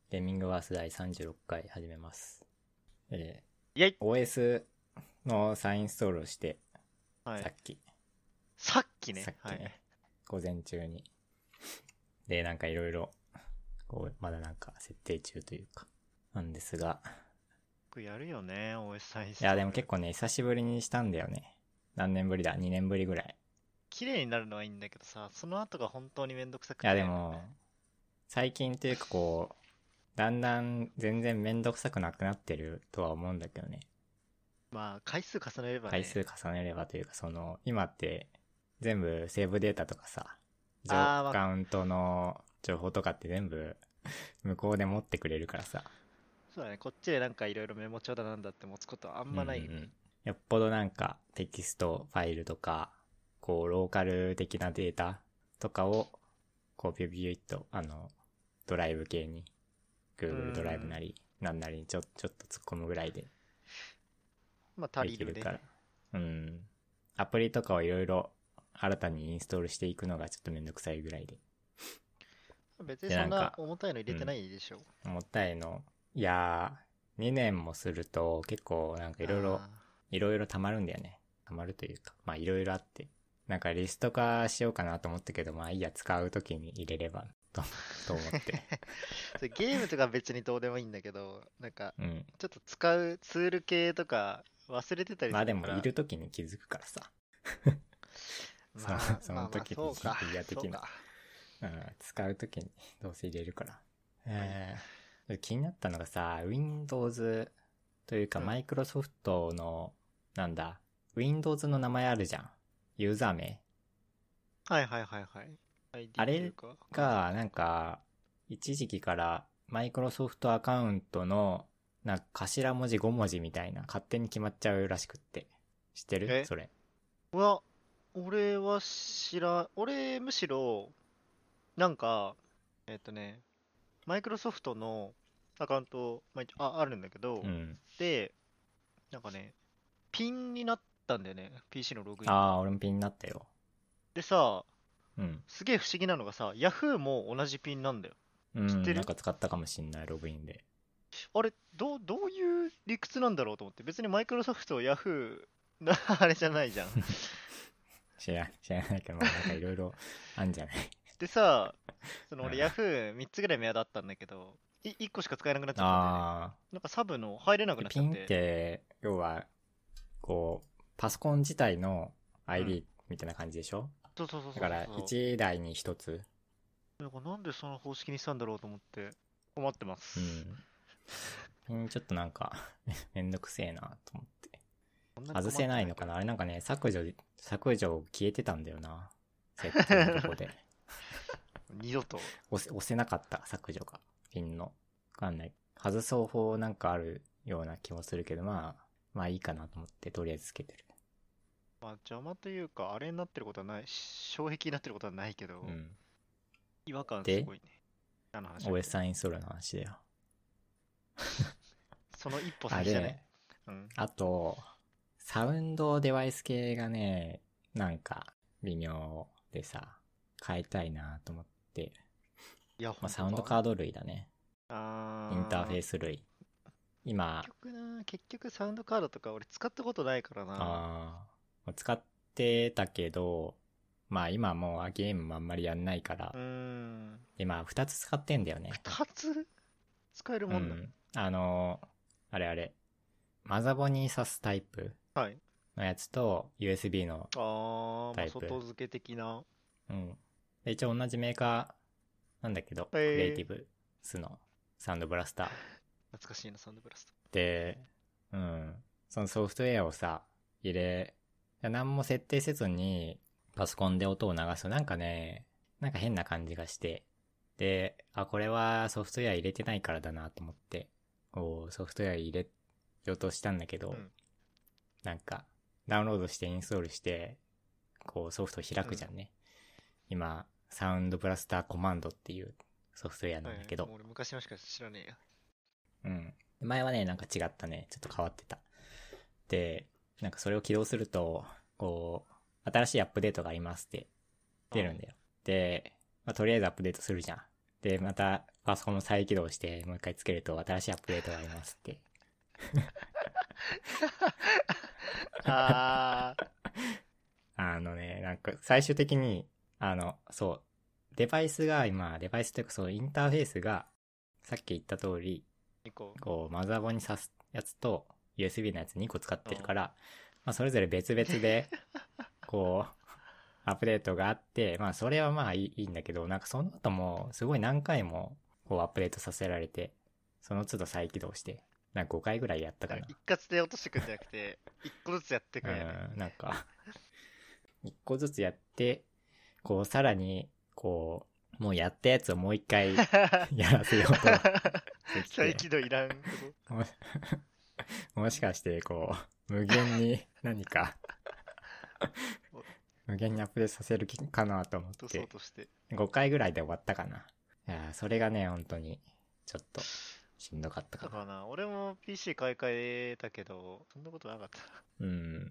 ゲーミングワース第36回始めます。 イェイ OS の再インストールをして、 はい、 さっきね、はい、 午前中に。で、なんかいろいろ、まだなんか設定中というか、なんですが。よくやるよね、OS 再インスいや、 トール。 でも結構ね、久しぶりにしたんだよね。何年ぶりだ ?2 年ぶりぐらい。 綺麗になるのはいいんだけどさ、その後が本当にめんどくさくいや、でて。 も、最近というかだんだん全然めんどくさくなくなってるとは思うんだけどね。 まあ、回数重ねれば回数ね。 重ねればというか、今って全部セーブデータとかさ、アカウントの情報とかって全部向こうで持ってくれるからさ。 そうだね、こっちでなんかいろいろメモ帳だなんだって持つことはあんまないよね。 よっぽどなんかテキストファイルとか、ローカル的なデータとかを、ビュビュイっと、ドライブ系に、Google ドライブなり、なんなりにちょっと突っ込むぐらいで、 まあ、足でりるね。 きるから。アプリとかをいろいろ新たにインストールしていくのがちょっとめんどくさいぐらいで。 別にそんな重たいの入れてないでしょ。 重たいの。いやー、2年もすると結構なんかいろいろ溜まるんだよね。溜まるというか、まあいろいろあって。なんかリスト化しようかなと思ったけど、まあいいや、使うときに入れればと思って。 ゲームとか別にどうでもいいんだけど、なんか、 うん。 ちょっと使うツール系とか忘れてたりまあでするから。 もいるときに気づくからさ。その時にそうか。 エリア的に。使うときにどうせ入れるから。気になったのがさ、Windows というか、マイクロソフトの、なんだ、Windows の名前あるじゃん。ユーザー名。 はいはいはいはい。 あれが、なんか、一時期からマイクロソフトアカウントの、なんか頭文字5文字みたいな、勝手に決まっちゃうらしくって。知ってるそれ。 俺は俺むしろ、なんか、マイクロソフトのアカウント、あるんだけど、で、なんかね、ピンになったんだよね、PC のログインが。 俺もピンになったよ。 でさ、 うん。 すげえ不思議なのがさ、Yahoo も同じピンなんだよ。知ってなんる？ か使ったかもしんない、ログインで。 あれ、どういう理屈なんだろうと思って、別にマイクロソフト、Yahoo、あれじゃないじゃん。 知らないけど、まあなんかいろいろあんじゃない。 でさ、俺 Yahoo3 つぐらい目当だったんだけど、1個しか使えなくなっちゃったんだよね。なんかサブの入れなくなっちゃピンっって。 て、要は、パソコン自体の ID みたいな感じでしょ？ そうだから、1台に1つ。 なんでその方式にしたんだろうと思って困ってます。 ピンちょっとなんかめんどくせえなと思って。外せないのかなあれなんかね、削除消えてたんだよな。設定のとこで。 二度と押せなかった、削除が。ピンの。わかんない。外そう法なんかあるような気もするけど、まあいいかなと思って、とりあえずつけてる。 邪魔というか、あれになってることはない、障壁になってることはないけど、違和感すごいね。 何の話だっけ？ OS サインストールの話だよ。 その一歩先じゃね？ あと、サウンドデバイス系がね、なんか微妙でさ、変えたいなと思って。サウンドカード類だね。インターフェース類。今。 結局サウンドカードとか俺使ったことないからな。 使ってたけど、まあ今もうゲームもあんまりやんないから。で、まあ2つ使ってんだよね。 2つ使えるもんなの？あれ。マザボに挿すタイプのやつと USB のタイプ。 外付け的な。 で一応同じメーカーなんだけど、クリエイティブスのサウンドブラスター。 懐かしいな、サウンドブラスター。で、そのソフトウェアをさ、何も設定せずにパソコンで音を流すとなんか変な感じがして、で、これはソフトウェア入れてないからだなと思って、ソフトウェア入れようとしたんだけど、なんか、ダウンロードしてインストールして、ソフトを開くじゃんね。今、サウンドブラスターコマンドっていうソフトウェアなんだけど。 俺昔のしか知らねえや。前はね、なんか違ったね。ちょっと変わってた。で、なんかそれを起動すると、新しいアップデートがありますって出るんだよ。で、とりあえずアップデートするじゃん。で、またパソコンも再起動してもう一回つけると新しいアップデートがありますって。なんか最終的に、そう、デバイスというかそうインターフェースが、さっき言った通り、こう、マザーボードに挿すやつと、USB のやつ2個使ってるから、まあそれぞれ別々で、こう、アップデートがあって、まあそれはまあいいんだけど、なんかその後も、すごい何回も、こうアップデートさせられて、その都度再起動して、なんか5回ぐらいやったかな。 一括で落としてくんじゃなくて、1個ずつやってくんやね。 なんか、1個ずつやって、こうさらに、こう、もうやったやつをもう一回やらせようと。 再起動いらん。 もしかして、こう、無限に何か無限にアップデートさせるかなと思って、5回ぐらいで終わったかな。いやそれがね、本当に、ちょっと、しんどかったかな。 だからな、俺も PC 買い替えたけど、そんなことなかった。 うん。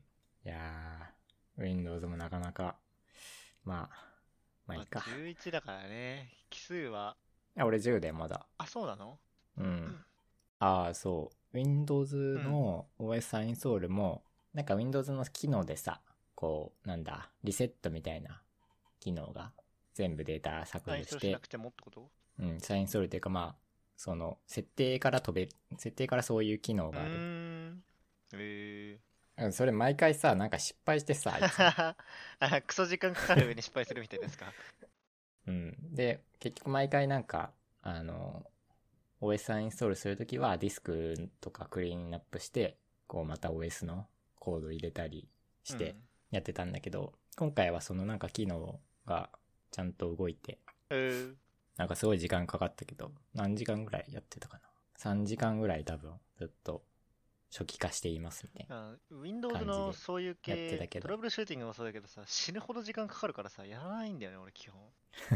いやー、Windows もなかなか、まあいいか。 11だからね、奇数は。 俺10でまだ。 あ、そうなの？ うん。そう。Windows の OS インストールも、なんか Windows の機能でさ、こう、なんだ、リセットみたいな機能が全部データ削除して。再インストールしなくてもってこと？うん、再インストールっていうかまあ、その、設定からそういう機能がある。それ毎回さ、なんか失敗してさ、 クソ時間かかる上に失敗するみたいですか？ うん。で、結局毎回なんか、OS インストールするときはディスクとかクリーンアップして、こうまた OS のコード入れたりしてやってたんだけど、今回はそのなんか機能がちゃんと動いて、なんかすごい時間かかったけど、何時間ぐらいやってたかな。3時間ぐらい多分ずっと初期化していますみたいな。 Windows のそういう系、トラブルシューティングもそうだけどさ、死ぬほど時間かかるからさ、やらないんだよね、俺基本。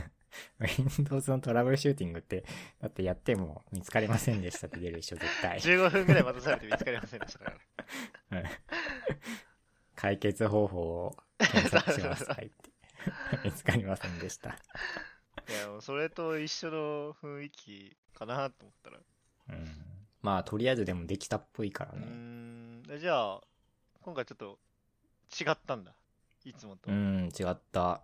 Windows のトラブルシューティングって、だってやっても見つかりませんでしたって出るでしょ、絶対。 15分ぐらい待たされて見つかりませんでしたから。 解決方法を検索しますとか言って。見つかりませんでした。 いや、それと一緒の雰囲気かなと思ったら。 まあ、とりあえずでもできたっぽいからね。 じゃあ、今回ちょっと違ったんだ。いつもと。 違った。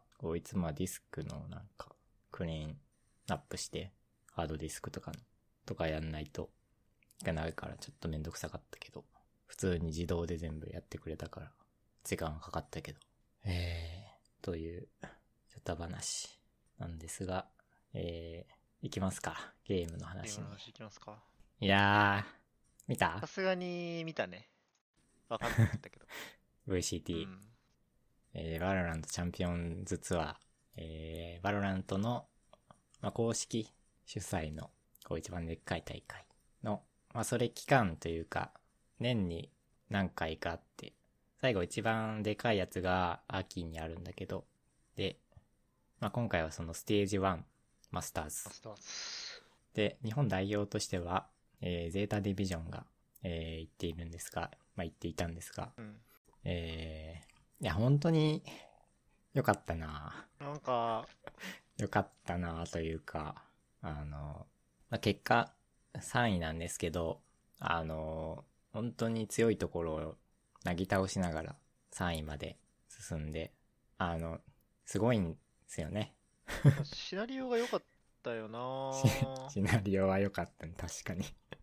こういつもはディスクのなんか、クリーンアップして、ハードディスクとかやんないといけないからちょっとめんどくさかったけど、普通に自動で全部やってくれたから、時間かかったけど。という、ちょっと話なんですが、いきますか。ゲームの話に。 いきますか。 いやー、見た？ さすがに見たね。わかんなかったけど。 VCT。バロラントチャンピオンズツアー。バロラントの、公式主催の、こう一番でっかい大会の、それ期間というか、年に何回かあって、最後一番でかいやつが秋にあるんだけど、で、今回はそのステージ1、マスターズ。で、日本代表としては、ゼータディビジョンが、行っていたんですが、いや、本当に、よかったな。 なんか、 よかったなというか、結果、3位なんですけど、本当に強いところをなぎ倒しながら3位まで進んで、すごいんですよね。 シナリオが良かったよなシナリオは良かったね、確かに。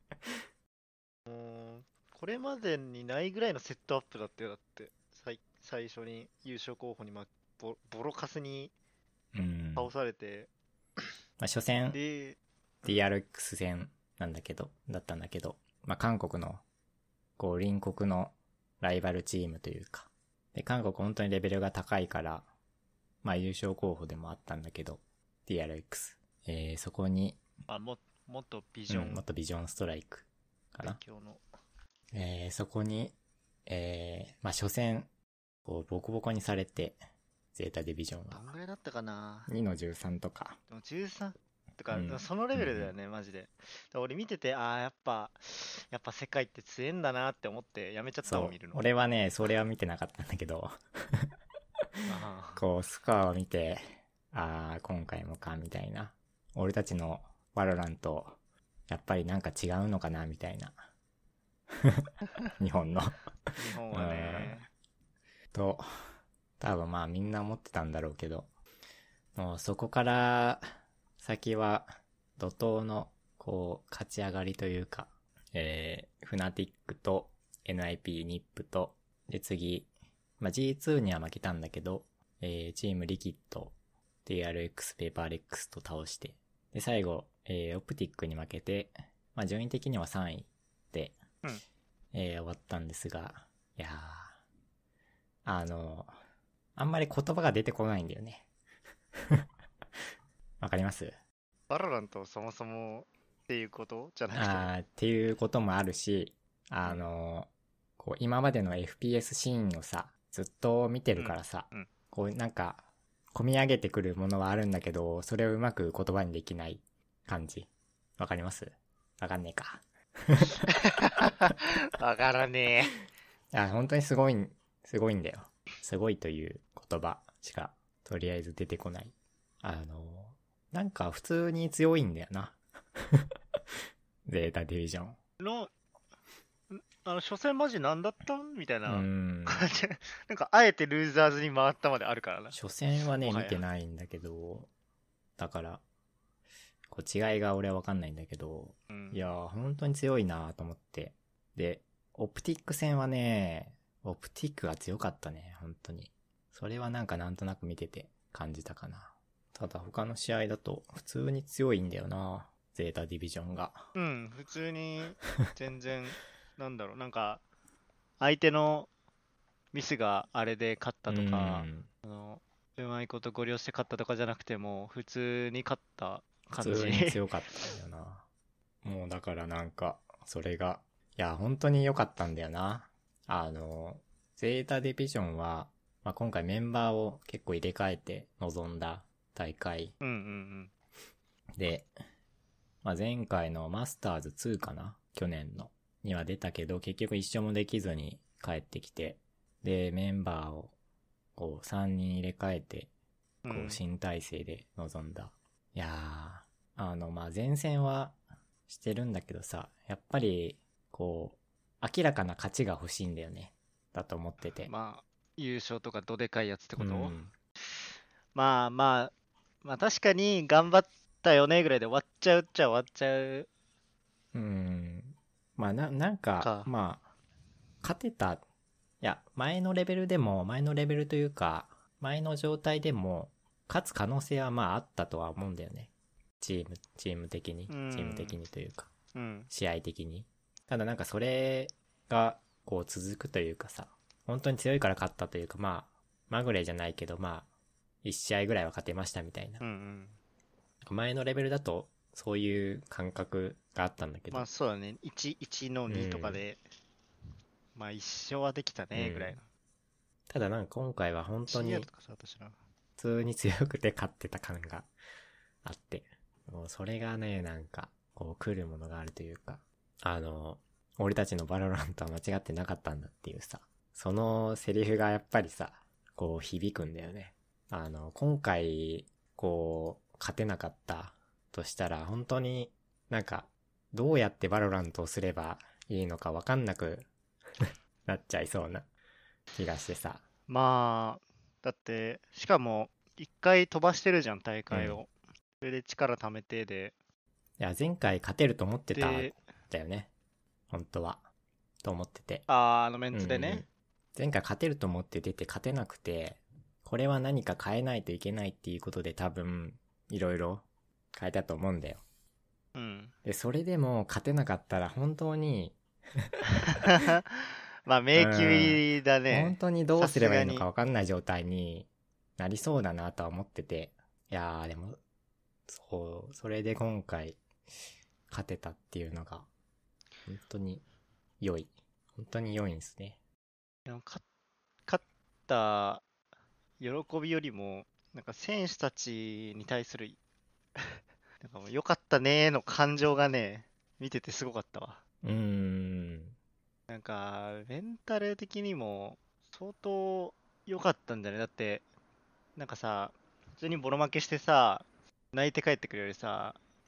これまでにないぐらいのセットアップだったよ、だって。最初に優勝候補に、ボロカスに倒されて。 初戦、DRX 戦だったんだけど、韓国の、こう、隣国のライバルチームというか。で、韓国本当にレベルが高いから、優勝候補でもあったんだけど、DRX。そこに、 元ビジョンストライクかな。そこに、初戦、こう、ボコボコにされて、ゼータディビジョンは。 どんぐらいだったかな ?2 の13とか。 でも 13? とか、そのレベルだよね、マジで。俺見てて、やっぱ世界って強えんだなって思ってやめちゃったの見るの。 俺はね、それは見てなかったんだけど、こう、スコアを見て、今回もか、みたいな。俺たちのバロラント、やっぱりなんか違うのかなみたいな。日本の。 日本はね。 と、多分まあみんな思ってたんだろうけど、もうそこから先は怒涛のこう勝ち上がりというか、フナティックと NIP、ニップと、で次、まあ G2 には負けたんだけど、チームリキッド、DRX、ペーパーレックスと倒して、で最後、オプティックに負けて、まあ順位的には3位で、終わったんですが、いやー、あんまり言葉が出てこないんだよね。わかります？ バロラントそもそもっていうことじゃなくて。 っていうこともあるし、こう今までの FPS シーンをさ、ずっと見てるからさ、こうなんか、込み上げてくるものはあるんだけど、それをうまく言葉にできない感じ。わかります？わかんねえか。 わからねいや、本当にすごいんだよ。すごいという言葉しか、とりあえず出てこない。なんか普通に強いんだよな。ゼータディビジョン。 初戦マジなんだったんみたいな感じ。なんか、あえてルーザーズに回ったまであるからな。 初戦はね、見てないんだけど、だから、こう違いが俺はわかんないんだけど、いやー、本当に強いなと思って。で、オプティック戦はね、オプティックが強かったね、本当に。それはなんかなんとなく見てて感じたかな。ただ他の試合だと普通に強いんだよな、ゼータディビジョンが。 普通に全然なんだろう、なんか相手のミスがあれで勝ったとか、うまいことご利用して勝ったとかじゃなくても普通に勝った感じ。 普通に強かったんだよな。もうだからなんかそれが、いや本当に良かったんだよな。ゼータディビジョンは、まあ、今回メンバーを結構入れ替えて臨んだ大会。で、まあ、前回のマスターズ2かな、去年のには出たけど結局一緒もできずに帰ってきて、でメンバーをこう3人入れ替えてこう新体制で臨んだ。いやー、まあ前線はしてるんだけどさ、やっぱりこう明らかな勝ちが欲しいんだよね、だと思ってて。 まあ優勝とかどでかいやつってこと？まあ確かに頑張ったよねぐらいで終わっちゃうっちゃ終わっちゃう。 まあなんかまあ勝てた、いや前のレベルというか前の状態でも勝つ可能性はまああったとは思うんだよね。チーム的にというか、試合的に。ただなんかそれがこう続くというかさ、本当に強いから勝ったというか、まあまぐれじゃないけど、まあ1試合ぐらいは勝てましたみたいな。前のレベルだとそういう感覚があったんだけど。 まあそうだね、1の2とかで、まあ一勝はできたねぐらいの。 ただなんか今回は本当に普通に強くて勝ってた感があって、もうそれがね、なんかこう来るものがあるというか、俺たちのバロラントは間違ってなかったんだっていうさ、そのセリフがやっぱりさ、こう響くんだよね。今回こう勝てなかったとしたら本当になんかどうやってバロラントをすればいいのか分かんなくなっちゃいそうな気がしてさ。 まあだってしかも一回飛ばしてるじゃん大会を、それで力貯めてで、 いや前回勝てると思ってたんだよね、本当はと思ってて、 メンツでね、 前回勝てると思って出て勝てなくて、これは何か変えないといけないっていうことで多分いろいろ変えたと思うんだよ。でそれでも勝てなかったら本当にまあ迷宮入りだね。 本当にどうすればいいのか分かんない状態になりそうだなとは思ってて、いやーでもそれで今回勝てたっていうのが本当に良いんですね。 でも勝った喜びよりもなんか選手たちに対するなんかもう良かったねーの感情がね、見ててすごかったわ。なんかメンタル的にも相当良かったんだね。だってなんかさ、普通にボロ負けしてさ泣いて帰ってくるよりさ、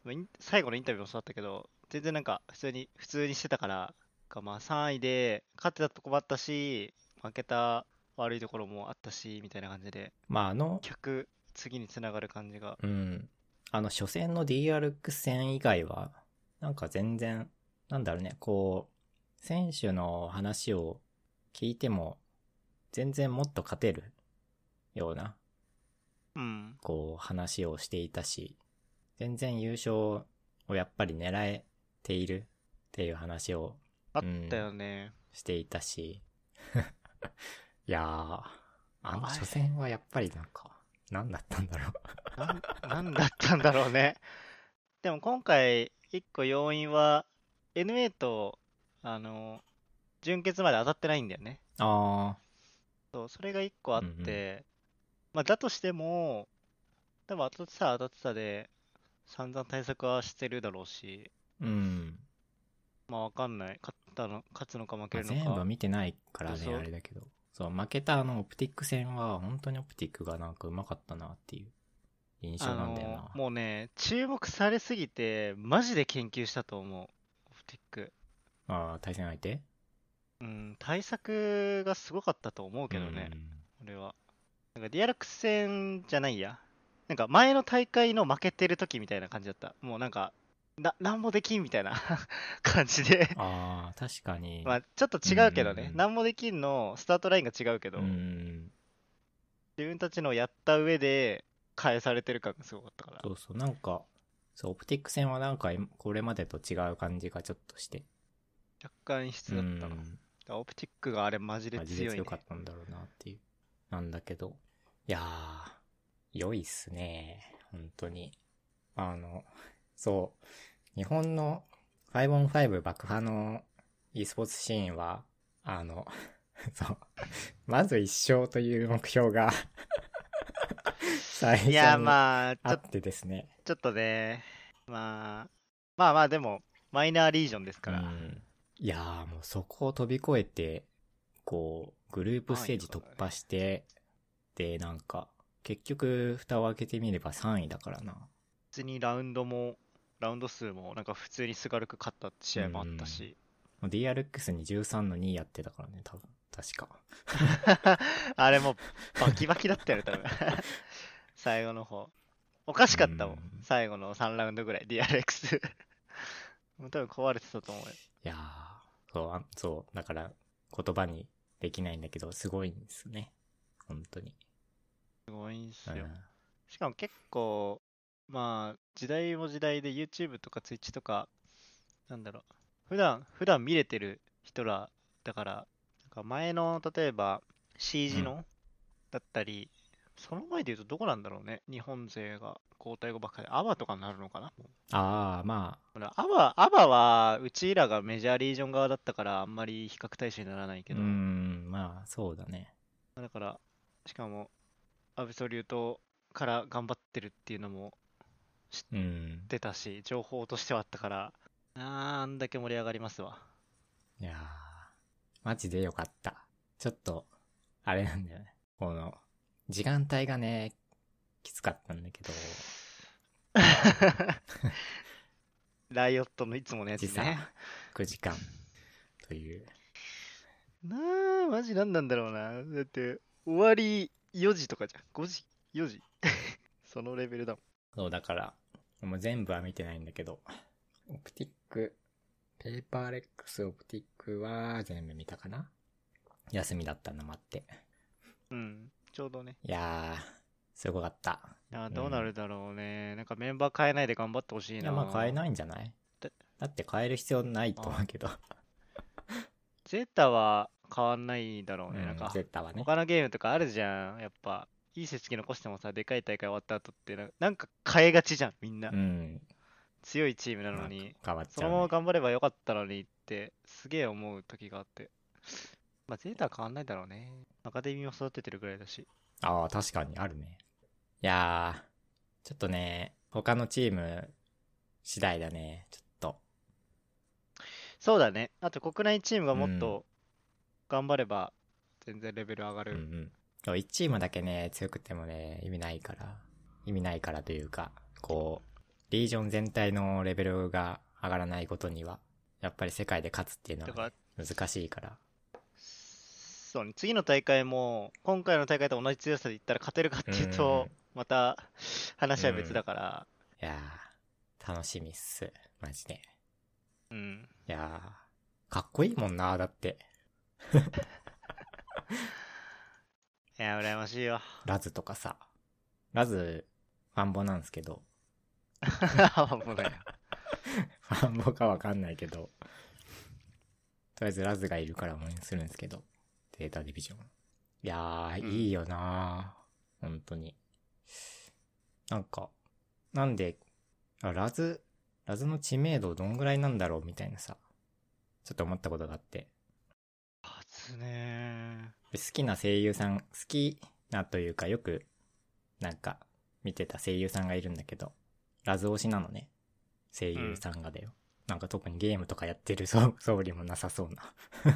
最後のインタビューもそうだったけど、全然なんか普通にしてたから、まあ3位で勝ってたとこもあったし、負けた悪いところもあったし、みたいな感じで、 まあ次につながる感じが。 うん。初戦の DRX 戦以外は、なんか全然、なんだろうね、こう、選手の話を聞いても、全然もっと勝てるような、 うん。 こう、話をしていたし、全然優勝をやっぱり狙えているっていう話を、 あったよね。 していたし、いやー、初あれ、 戦はやっぱりなんか、何だったんだろう。 なんだったんだろうね。でも今回、一個要因は、NA と、準決まで当たってないんだよね。 あそう、それが一個あっうんうん。 て、まあ、だとしても、多分当たってたで、散々対策はしてるだろうし、 うん。 まあわかんない。勝つのか負けまあ、 るのか。 全部は見てないからね、 そうそう。 あれだけど。そう、負けたオプティック戦は、本当にオプティックがなんか上手かったなっていう印象なんだよな。 もうね、注目されすぎて、マジで研究したと思う。オプティック。 ああ、対戦相手うん、対策がすごかったと思ううけどね。 ん。 俺は。なんか DRX 戦じゃないや。なんか前の大会の負けてる時みたいな感じだった。もうなんか、なんもできんみたいな感じでああ、確かに。 まあちょっとうんう違うけどね。 んなんもできんのスタートラインが違うけうん。うど、 ん。 自分たちのやった上で返されてる感がすごかったから。 そうそう、なんか、そう、オプティック戦はなんか、これまでと違う感じがちょっとして。 若干異う質だったな。だかん。 らオプティックがあれマジでマジで強いね。 強かったんだろうなっていう。なんだけど。いやー、良いっすね。本当に。そう。日本の 5on5 爆破の e スポーツシーンは、そう。まず一勝という目標が最いや、 初にまあ、 あってですね。 ちょっとね、まあでも、マイナーリージョンですから。 うん。いやーもうそこを飛び越えて、こう、グループス安テー易だからね。 ジ突破して、で、なんか、結局、蓋を開けてみれば3位だからな。 普通にラウンド数も、なんか普通にすがるく勝った試う合もあったん。 し。 DRX に13の2やってたからね、多分。確か。 あれもうバキバキだったよね、多分最後の方。おかしうかったもん。 ん。 最後の3ラウンドぐらい、DRX もう多分壊れてたと思うよ。 いやー、そう、そう、だから言葉にできないんだけど、すごいんですね。本当に。 すごいんうん。 すよ。しかも結構、まあ、時代も時代で YouTube とか Twitch とか、なんだろう、普段見れてる人らだから、なんか前の、例えば C うん。 字のだったり、その前で言うとどこなんだろうね。日本勢が交代後ばっかり。アバとかになるのかな。もあー、まうアバは、うちらがメジャーリージョン側だったから、あんまり比較対象にならないけど、 まあ、そうだね。 だから、しかも、アブソリュートから頑張ってるっていうのも知っうん。 てたし、情報としてはあったから、あんだけ盛り上がりますわ。 いやー、マジでよかった。ちょっと、あれなんだよね。この、時間帯がね、きつかったんだけど、 ライオットのいつものやつ時差ね。 9時間という。 マジ何なんだろうな。だって、終わり4時とかじゃん。5時 ?4 時そのレベルだもん。 そう、だから、もう全部は見てないんだけど、オプティック、ペーパーレックスオプティックは全部見たかな。休みだったのもあって。 うん、ちょうどね。 いやー、すごかった。 どうなうん。 るだろうね。なんかメンバー変えないで頑張ってほしいいや、まあ変えな。 ないんじゃない？ でだって変える必要ないと思あ、 うけど。 ゼータは変わんないだろうね。なんうん、 か、 ゼッタはね。 他のゲームとかあるじゃん。やっぱ、いい成績残してもさ、でかい大会終わった後ってなんか変えがちじゃん、みんな。 うん。 強いチームなまあ、 のに、 変わっそのままちゃうね。 頑張ればよかったのにって、すげえ思う時があって。まあ、ゼータは変わんないだろうね。アカデミーを育ててるぐらいだし。 ああ、確かにあるね。いやー、ちょっとね、他のチーム次第だね。ちょっと。 そうだね。あと国内チームがうん。 もっと頑張れば、全然レベル上がる。 うんうん。そう1チームだけね、強くてもね、意味ないからというか、こう、 リージョン全体のレベルが上がらないことには、やっぱり世界で勝つっていうのは、ね、難しいから。 そうね、次の大会も、今回の大会と同じ強さでいったら勝てるかっていうと、また話は別だから。 いやー、楽しみっす。マジで。 うん。 いやー、かっこいいもんな、だって。 いや、羨ましいよ。 ラズとかさ。ラズ、ファンボなんですけど。 ファンボだよ。 ファンボかわかんないけど。とりあえずラズがいるから応援するんですけど。データディビジョン。いやー、いいよなー。本当に。なんか、なんで、ラズの知名度どんぐらいなんだろうみたいなさ。ちょっと思ったことがあって。 ラズね好きな声優さん、好きなというかよく、なんか、見てた声優さんがいるんだけど、ラズ推しなのね。声優さんがだよ。なんか特にゲームとかやってる素振りもなさそうな。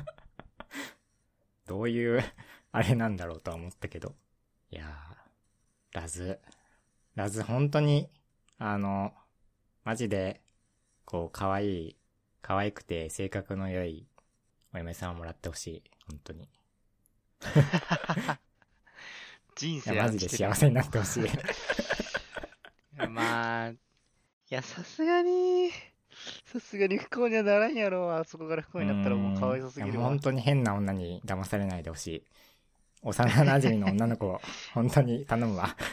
どういうあれなんだろうとは思ったけど。いやー、ラズ本当に、マジで、こう、可愛くて性格の良いお嫁さんをもらってほしい。本当に。 人生いや、マジで幸せになってほしい。 まあ、いや、さすがに不幸にはならんやろ。あそこから不幸になったらもうかわいそうすぎるわ。 本当に変な女に騙されないでほしい。幼馴染の女の子、本当に頼むわ。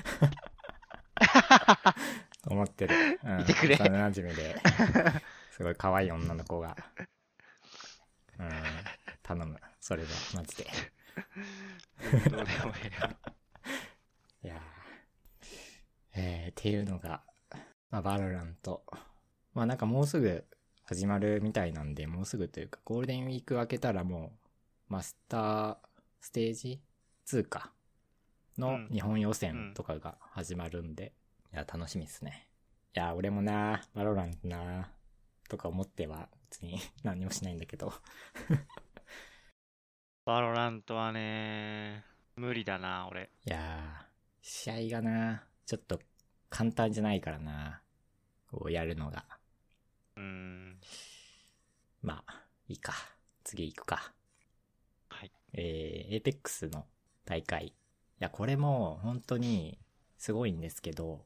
思ってる。 いてくれ。 幼馴染で、すごい可愛い女の子が。頼む。それは、マジで。 どうでもいいよ。 いやっていうのが、まあ、バロラント。まあなんかもうすぐ始まるみたいなんで、もうすぐというか、ゴールデンウィーク明けたらもう、マスターステージ2かの日本予選とかが始まるんで、いや、楽しみっすね。いや、俺もな、バロラントな、とか思っては別に何もしないんだけど。 バロラントはね、無理だな、俺。 いやー、試合がな、ちょっと簡単じゃないからな、こうやるのが。まあ、いいか。次行くか。 はい。 エーペックスの大会。いや、これも本当にすごいんですけど。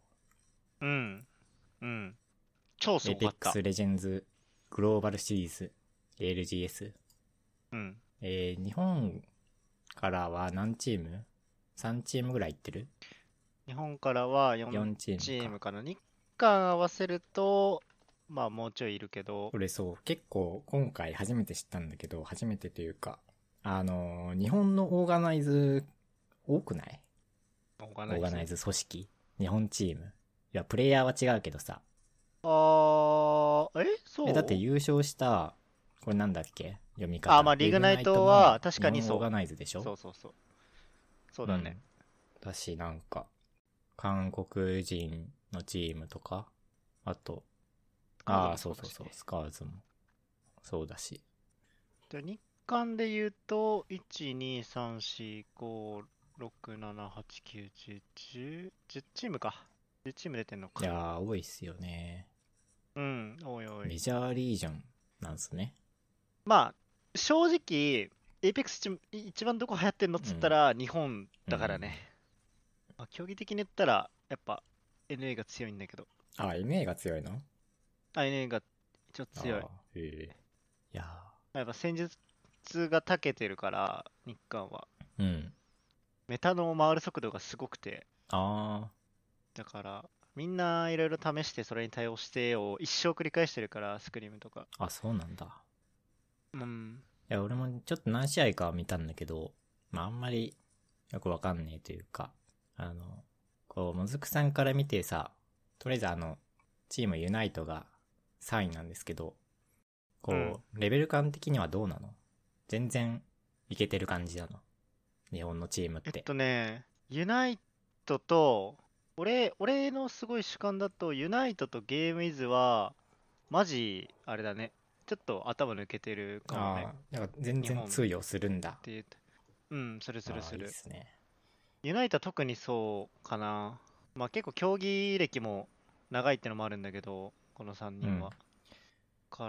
超すごかった。 エーペックスレジェンズグローバルシリーズ ALGS。日本からは何チーム ?3 チームぐらい行ってる？ 日本からは4チームかな。日韓合わせると、まあもうちょいいるけど。 俺そう、結構今回初めて知ったんだけど、初めてというか、日本のオーガナイズ多くない？オーガナイズ組織日本チーム。いや、プレイヤーは違うけどさ。 そう？ だって優勝した、これなんだっけ読み方。 まあリグナイトは確かにそう。 オーガナイズでしょ？ そうだね。 だし、なんか、韓国人のチームとか、あと、そう、スカーズもそうだし。 日韓で言うと、1、2、3、4、5、6、7、8、9、10、10チームか。10チーム出てんのか。 いやー、多いっすよね。 多い。 メジャーリージョンなんすね。 まあ、正直、エイペックス一番どこ流行ってんのっつったら、日本だからね。競技的に言ったら、やっぱ NA が強いんだけど。 NA が強いの ？NA が一応強い。 いややっぱ戦術が長けてるから、日韓は。メタの回る速度がすごくて。だから、みんないろいろ試してそれに対応してを一生繰り返してるから、スクリームとか。 そうなんだ。いや、俺もちょっと何試合か見たんだけど、あんまりよくわかんねえというか、こう、もずくさんから見てさ、とりあえずチームユナイトが3位なんですけど、こう、レベル感的にはどうなの？全然いけてる感じなの？日本のチームって。 ユナイトと、俺のすごい主観だと、ユナイトとゲームイズは、マジ、あれだね。ちょっと頭抜けてるかもね。 なんか全然通用するんだ。 する。いいですね。 ユナイトは特にそうかな。まあ結構競技歴も長いってのもあるんだけど、この3人は。 うんから、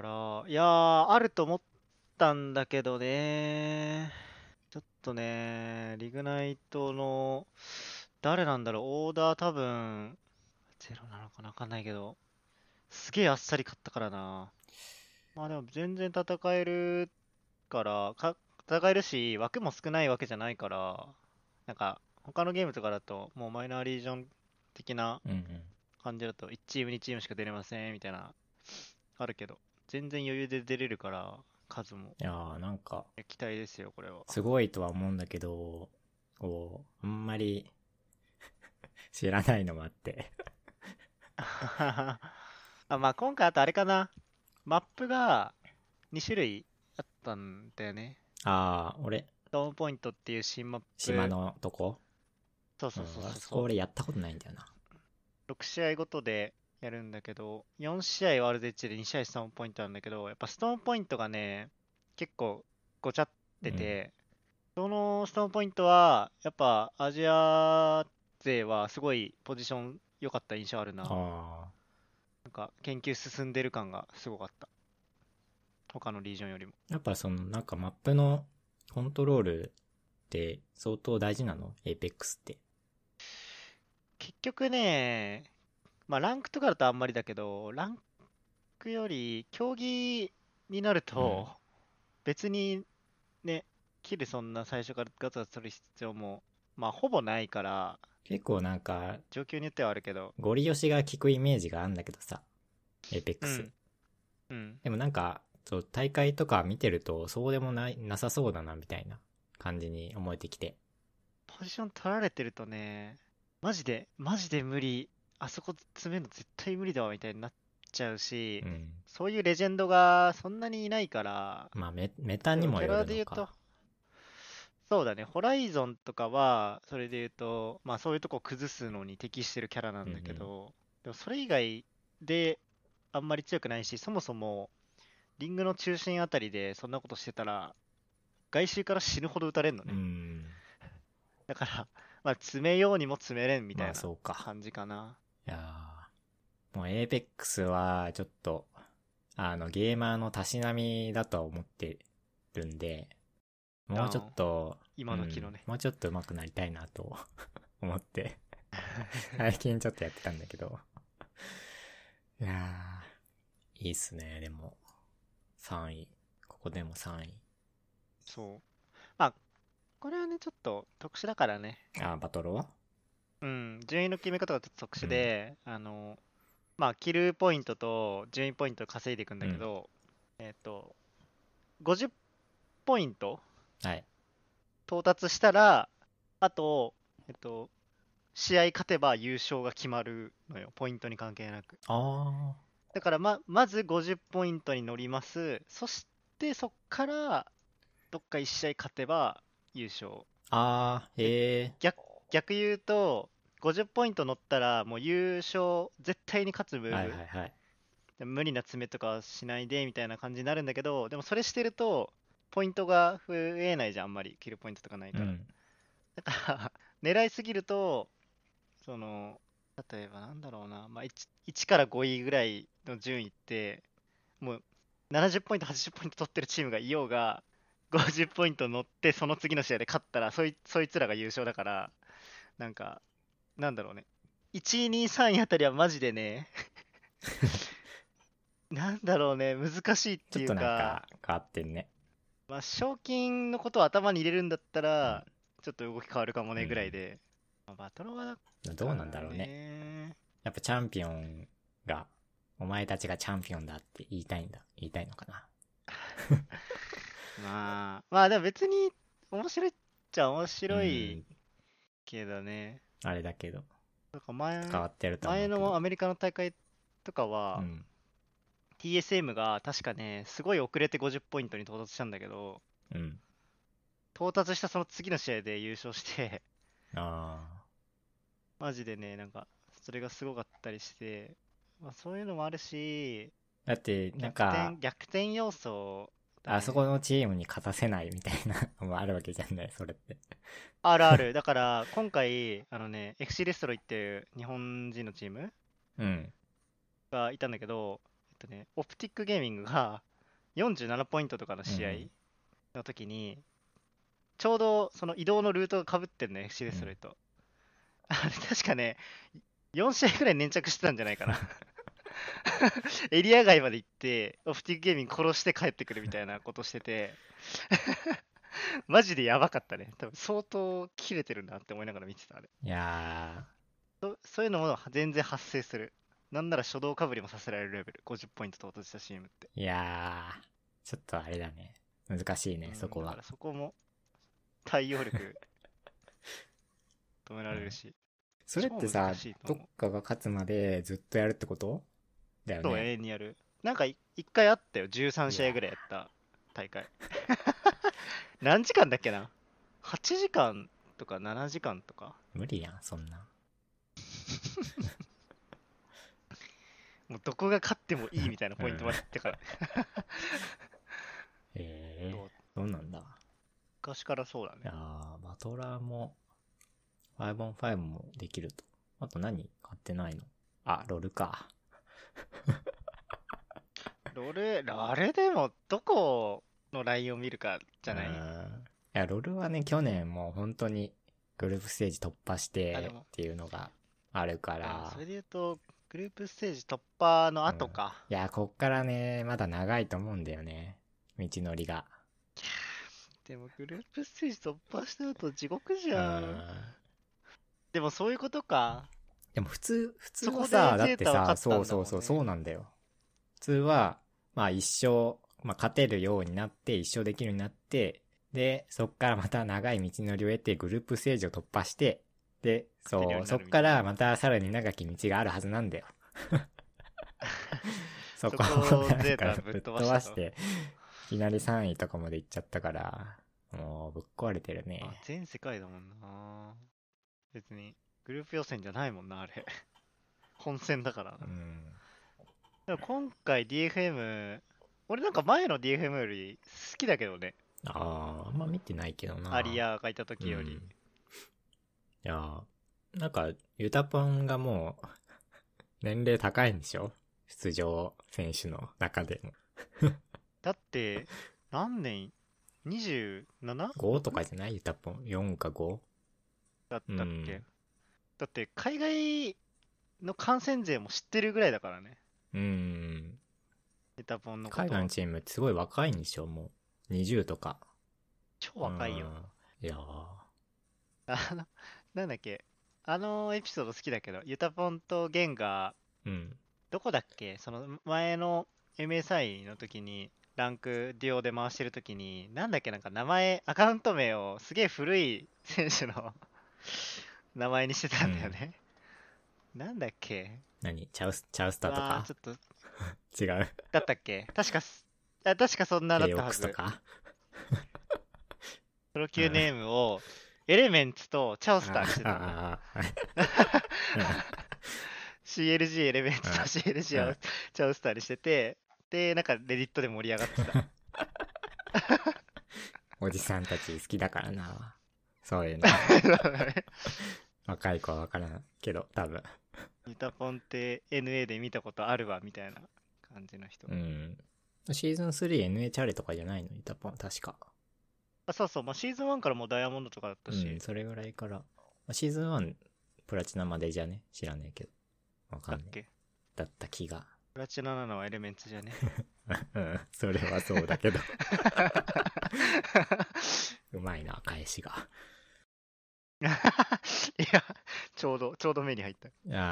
いやー、あると思ったんだけどね。ちょっとね、リグナイトの、誰なんだろう、オーダー多分、ゼロなのかなわかんないけど、すげえあっさり勝ったからな。まあでも全然戦える戦えるし、枠も少ないわけじゃないから、なんか、他のゲームとかだと、もうマイナーリージョン的なうんうん。 感じだと、1チーム、2チームしか出れません、みたいな、あるけど、全然余裕で出れるから、数も。 いやーなんか、 期待ですよ、これは。 すごいとは思うんだけど、こう、あんまり知らないのもあってまあ今回あとあれかな。マップが2種類あったんだよね。 ああ、俺、 ストーンポイントっていう新マッ島プ。 のとこそううん、 そうそうそうそこそう。 俺やったことないんだよな。 6試合ごとでやるんだけど、4試合ワールドエッジで2試合ストーンポイントなんだけど、やっぱストーンポイントがね、結構ごちゃってうん。 て、そのストーンポイントは、やっぱアジア勢はすごいポジション良かった印象あるな。 ああ、 なんか研究進んでる感がすごかった。他のリージョンよりも。 やっぱそのなんかマップのコントロールって相当大事なの？エイペックスって。 結局ね、まあランクとかだとあんまりだけど、ランクより競技になるうん。 と、別にね、キルそんな最初からガツガツ取る必要も、まあほぼないから、 結構なんか、 状況によってはあるけど、 ゴリ押しが効くイメージがあるんだけどさ、エイペックス。 うん、うん。 でもなんか、そう、大会とか見てると、そうでもなさそうだな、みたいな感じに思えてきて。 ポジション取られてるとね、マジで無理。あそこ詰めるの絶対無理だわみたいになっちゃうし、 うん。 そういうレジェンドがそんなにいないから、 まあメタにもよ例えばキャラるのか。 で言うと、そうだね、ホライゾンとかは、それで言うと、まあそういうとこ崩すのに適してるキャラなんだけうんうん。 ど、でもそれ以外であんまり強くないし、そもそもリングの中心あたりでそんなことしてたら、外周から死ぬほど撃たれんのうね。 ん。 だから、まあ詰めようにも詰めれんみたまあいなそうか。 感じかな。 いやーもうエイペックスは、ちょっと、ゲーマーのたしなみだとは思ってるんで、もうちょっああ、 と、う今時のん、 ね。 もうちょっと上手くなりたいなと思って最近ちょっとやってたんだけど。いやいいっすね、でも。3位。ここでも3位。 そう。まあ、これはね、ちょっと特殊だからね。 あ、バトロうん、順位の決め方がちょっと特うん。 殊で、まあ、キルポイントと順位ポイントを稼いでいくんうん。 だけど、50ポイントはい。 到達したら、あと、試合勝てば優勝が決まるのよ。ポイントに関係なく。 あだからまず50ポイントに乗ります。そしてそっからどっか1試合勝てば優勝。 あ、 で、 へえ。 逆、逆言うと、50ポイント乗ったらもう優勝、絶対に勝つムーはいブ。 はいはい。 無理な詰めとかはしないでみたいな感じになるんだけど、でもそれしてると、ポイントが増えないじゃん、あんまり。キルポイントとかないから。 うん。 だから狙いすぎると、その、例えばなんだろうな、まあ1から5位ぐらいの順位って、もう70ポイント、80ポイント取ってるチームがいようが、50ポイント乗ってその次の試合で勝ったら、そいつらが優勝だから、なんか、なんだろうね。1位、2位、3位あたりはマジでね、なんだろうね、難しいっていちょっとなんうか、 か変わってんね。 まあ、賞金のことを頭に入れるんだったうん。 ら、ちょっと動き変わるかもねぐらいうん。 で、まあ、バトロワだどうなんだからろうね。 ね。 やっぱチャンピオンが、お前たちがチャンピオンだって言いたいんだ。言いたいのかな。 まあでも別に面白いっちゃ面う白いん。 けどね。 あれだけど。 なんか変わってるとは思前うけど。 のアメリカの大会とかは、 うん。 TSM が確かね、すごい遅れて50ポイントに到達したんだけど、 うん。 到達したその次の試合で優勝してあマジでね、なんか、それがすごかったりして、まあそういうのもあるし、 だって、なんか、 逆転要素だあそこね。 のチームに勝たせないみたいなのもあるわけじゃんね、それって。 あるある。だから、今回、FC レストロイっていう日本人のチームうん。 がいたんだけど、オプティックゲーミングが47ポイントとかの試合の時に、ちょうどその移動のルートが被ってんね、FC デストロイと。あれ確かね、4試合くらい粘着してたんじゃないかな。エリア外まで行って、オプティックゲーミング殺して帰ってくるみたいなことしてて、マジでやばかったね。多分相当切れてるなって思いながら見てた、あれ。 いやそういうのも全然発生する。なんなら初動かぶりもさせられるレベル。50ポイントと落としたチームって。 いやちょっとあれだね。難しいね、そこは。 だからそこも対応力止められるし。 それってさ、どっかが勝つまでずっとやるってことだよね。 そう、永遠にやる。なんか一回あったよ。13試合ぐらいやった大会。何時間だっけな ?8 時間とか7時間とか。 無理やん、そんな。 もうどこが勝ってもいいみたいなポイントまで行ってから。 そうなんだ。 昔からそうだね。 バトラーも 5on5 もできると。あと何買ってないの？ロルか。 あれでもどこのラインを見るかじゃない？いや、ロルはね、去年もう本当にグループステージ突破してっていうのがあるから。 それで言うと、グループステージ突破の後か。 いや、こっからね、まだ長いと思うんだよね。道のりが。 でもグループステージ突破した後地獄じゃん。でもそういうことか。 でも普通はさ、だってさ、そうなんだよ。普通は、まあ一生、勝てるようになって、一生できるようになって、で、そっからまた長い道のりを得て、グループステージを突破して、で、そっからまたさらに長き道があるはずなんだよ。そこをなんかぶっ飛ばして、いきなり3位とかまで行っちゃったから、もうぶっ壊れてるね。 全世界だもんな。別に、グループ予選じゃないもんな、あれ。本戦だからな。でも今回 DFM、俺なんか前の DFM より好きだけどね。 あんま見てないけどな。 アリアがいた時より。いやなんか、ユタポンがもう、年齢高いんでしょ？出場選手の中でも。 だって、何年 ?27?5 とかじゃない？ユタポン。4か 5? だったっけ、だって、海外の観戦勢も知ってるぐらいだからね。ユタポンのこと。 海外のチームすごい若いんでしょ？もう。20とか。 超若いよ。 いやなんだっけ、エピソード好きだけど、ユタポンとゲンが、どこだっけ、その前の MSI の時に、ランクデュオで回してる時に、なんだっけ、なんか名前、アカウント名をすげえ古い選手の名前にしてたんだよね。なんだっけ？ 何？チャウスターとか？ ちょっと違う。 だったっけ？確かそんなだったはず。 とかプロ級ネームを、エレメンツとチャウスターにしてたの。CLG エレメンツと CLG をチャウスターにしてて、で、なんかレディットで盛り上がってた。 おじさんたち好きだからな。そういうの。若い子はわからんけど、多分。 ユタポンって NA で見たことあるわ、みたいな感じの人。 シーズン 3NA チャレとかじゃないの？ユタポン、確か。 そうそう、シーズン1からもうダイヤモンドとかだったし。 それぐらいから。シーズン1、プラチナまでじゃね？知らねえけど。わかんない。だった気が。 プラチナなのはエレメンツじゃね？ それはそうだけど。うまいな、返しが。 いや、ちょうど目に入った。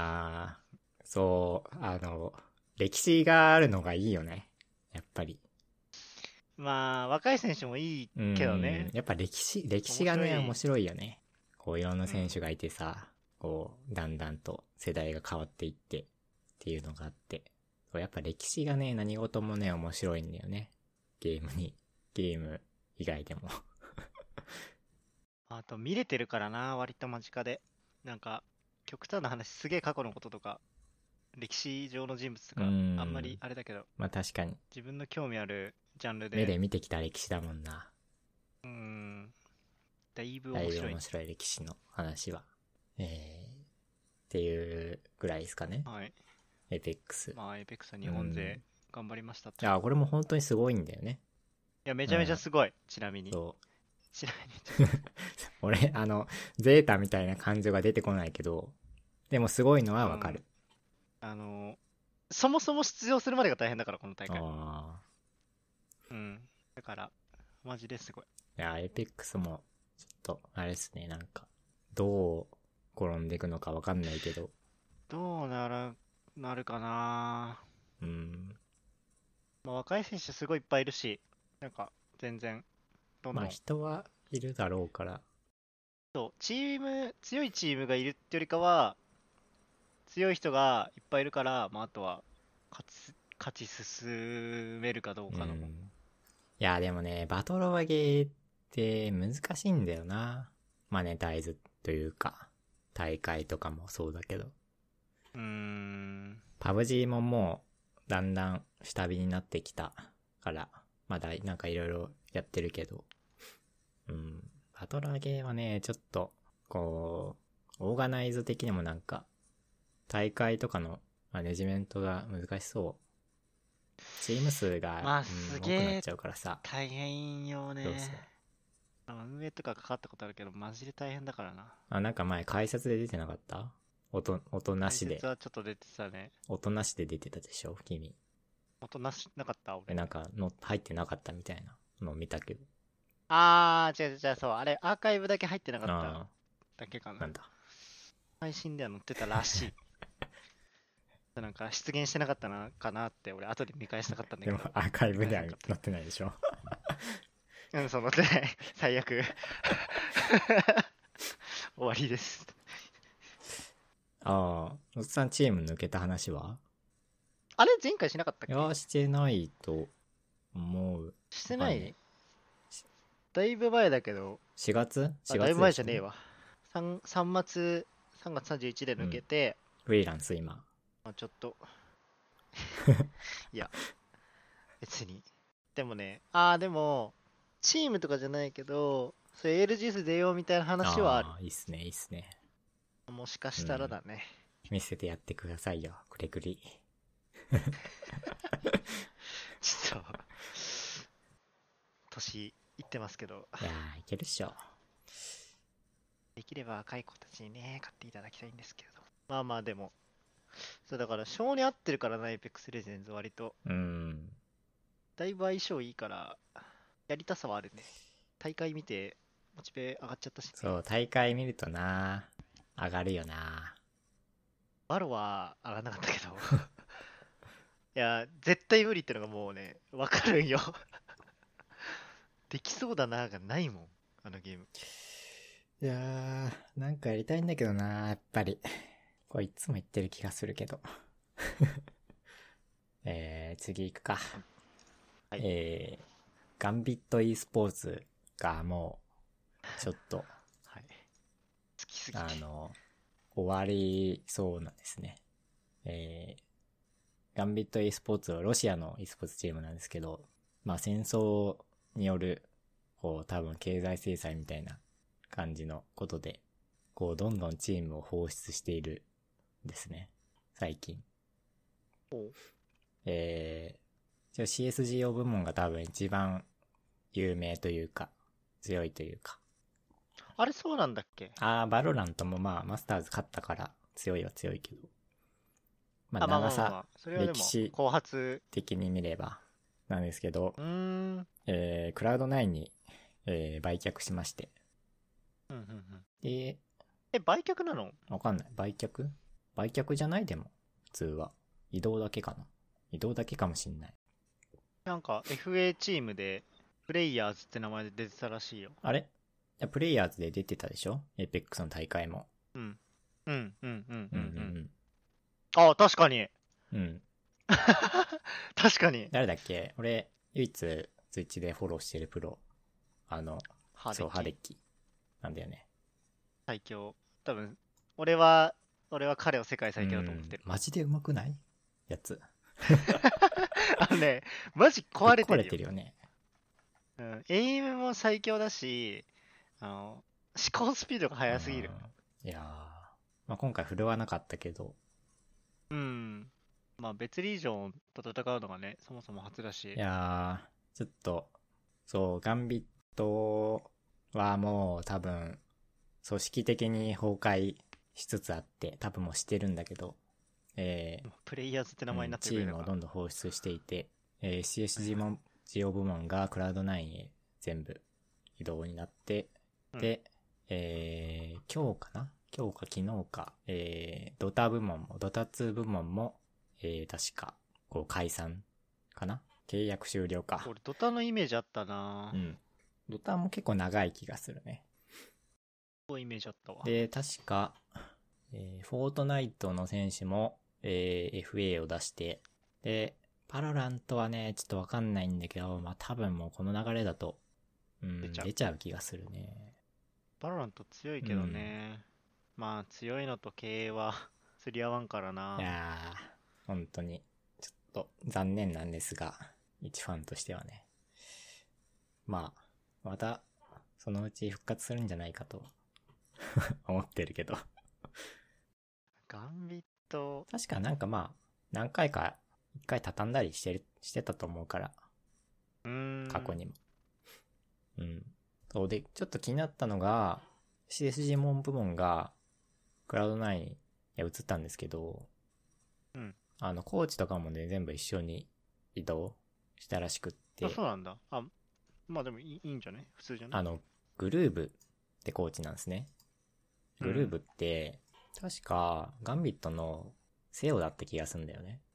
そう、歴史があるのがいいよね。やっぱり。 若い選手もいいけどね。 やっぱ歴史がね、面白いよね。こういろんな選手がいてさ、こう、だんだんと世代が変わっていってっていうのがあって。やっぱ歴史がね、何事もね、面白いんだよね。ゲーム以外でも。 あと見れてるからな、割と間近で。なんか、極端な話、すげえ過去のこととか、歴史上の人物とか、あんまりあれだけど。 確かに。 自分の興味あるジャンルで。 目で見てきた歴史だもんな。 だいぶ面白い。 面白い歴史の話は。っていうぐらいですかね。 はい。 エイペックス。 まあ、エイペックスは日本勢頑張りましたと。 いや、これも本当にすごいんだよね。 いや、めちゃめちゃすごい、ちなみに。 そう。 ちなみに。 俺、ゼータみたいな感情が出てこないけど、でもすごいのはわかる。 そもそも出場するまでが大変だから、この大会。 あだから、マジですごい。 いや、エイペックスも、ちょっと、あれですね、なんか、どう転んでいくのかわかんないけど。 どうなるかな。まあ、若い選手すごいいっぱいいるし、なんか、全然、どんどん。 まあ人はいるだろうから。 そう、強いチームがいるってよりかは、強い人がいっぱいいるから、まあ、あとは勝ち進めるかどうかの。 いや、でもね、バトロワゲーって難しいんだよな。マネタイズというか、大会とかもそうだけど。パブ G ももう、だんだん下火になってきたから、まだなんかいろいろやってるけど。バトラーゲーはね、ちょっと、こう、オーガナイズ的にもなんか、大会とかのマネジメントが難しそう。チーム数が、 まあ、すげ多くなっえちゃうからさ。 大変よね。 そうそう。 運営とかかかったことあるけど、マジで大変だからな。 なんか前解説で出てなかった？音なしで。 解説はちょっと出てたね。 音なしで出てたでしょ君。 音なかった俺。 なんか入ってなかったみたいなのを見たけど。 違う、そう。あれ、アーカイブだけ入ってなかっただけかな。 なんだ。 配信では載ってたらしい。なんか出現してなかったな、かなって、俺、後で見返したかったんだけど。 でもアーカイブでは載ってないでしょ。 そう、載ってない。最悪。終わりです。 おっさんチーム抜けた話は？ あれ前回しなかったっけ？ いや、してないと思う。 してない。だいぶ前だけど。 4月だいぶ前じゃねえわ。3月31で抜けて、 フリーランス今。 ちょっと。いや、別に。でもね、でも、チームとかじゃないけど、そういう LGS 出ようみたいな話はある。 いいっすね、いいっすね。 もしかしたらだね。 見せてやってくださいよ、くれぐり。 ちょっと、年いってますけど。 いやー、いけるっしょ。 できれば若い子たちにね、買っていただきたいんですけれど。まあまあでも、そうだから、性に合ってるからな、エイペックスレジェンズ割と。だいぶ相性いいから、やりたさはあるね。大会見て、モチベ上がっちゃったし、ね。 そう、大会見るとな、上がるよな。 バロは上がんなかったけど。いや、絶対無理ってのがもうね、わかるんよ。できそうだながないもん、あのゲーム。 いやー、なんかやりたいんだけどな、やっぱり。これいつも言ってる気がするけど。次行くか。 はい、 ガンビット e スポーツがもう、ちょっと、 はい、好きすぎて。 終わりそうなんですね。ガンビット e スポーツはロシアの e スポーツチームなんですけど、まあ戦争による、こう多分経済制裁みたいな感じのことで、こうどんどんチームを放出しているんですね。最近。CSGO 部門が多分一番有名というか、強いというか。 あれそうなんだっけ？ バロラントもまあマスターズ勝ったから強いは強いけど。まあ長さ、歴史的に見ればなんですけど、クラウド9に、売却しまして。 で、売却なの？ わかんない。売却じゃないでも、普通は。移動だけかな。移動だけかもしんない。 なんか FA チームで、プレイヤーズって名前で出てたらしいよ。 あれ？いやプレイヤーズで出てたでしょ？エイペックスの大会も。 あ、確かに。確かに。 誰だっけ？俺、唯一、ツイッチでフォローしてるプロ。そう、ハデッキ。なんだよね。 最強。多分、俺は彼を世界最強だと思ってる。 マジで上手くない？やつ。 マジ壊れてるよ。 壊れてるよね。 エイムも最強だし、思考スピードが速すぎる。 いやー、まあ、今回振るわなかったけど。 まあ別リージョンと戦うのがね、そもそも初だし。 いやー、ちょっと、そう、ガンビットはもう多分、組織的に崩壊しつつあって、多分もうしてるんだけど、 プレイヤーズって名前になってチーくれるか。 ムをどんどん放出していて、CSG も、事業部門がクラウド9へ全部移動になって、で、今日か昨日か、ドタ2部門も、確か、こう解散かな契約終了か。 俺、ドタのイメージあったな。 ドタも結構長い気がするね。 そうイメージあったわ。 で、確か、フォートナイトの選手も、FA を出して、で、パララントはね、ちょっとわかんないんだけど、まあ、多分もうこの流れだと、出ちゃう気がするね。 パララント強いけどね。まあ、強いのと経営は釣り合わんからな。 いやー、本当に、ちょっと残念なんですが、一ファンとしてはね。まあ、また、そのうち復活するんじゃないかと思ってるけどガンビット。 確かなんかまあ、何回か一回畳んだりしてたと思うから。過去にも。そうで、ちょっと気になったのが、CSG 門部門が、クラウド9に移ったんですけど、コーチとかもね、全部一緒に移動したらしくって。 あ、そうなんだ。あ、まあでもいいんじゃね普通じゃねグルーブってコーチなんですね。グルーブって、確か、ガンビットのセオだった気がするんだよね。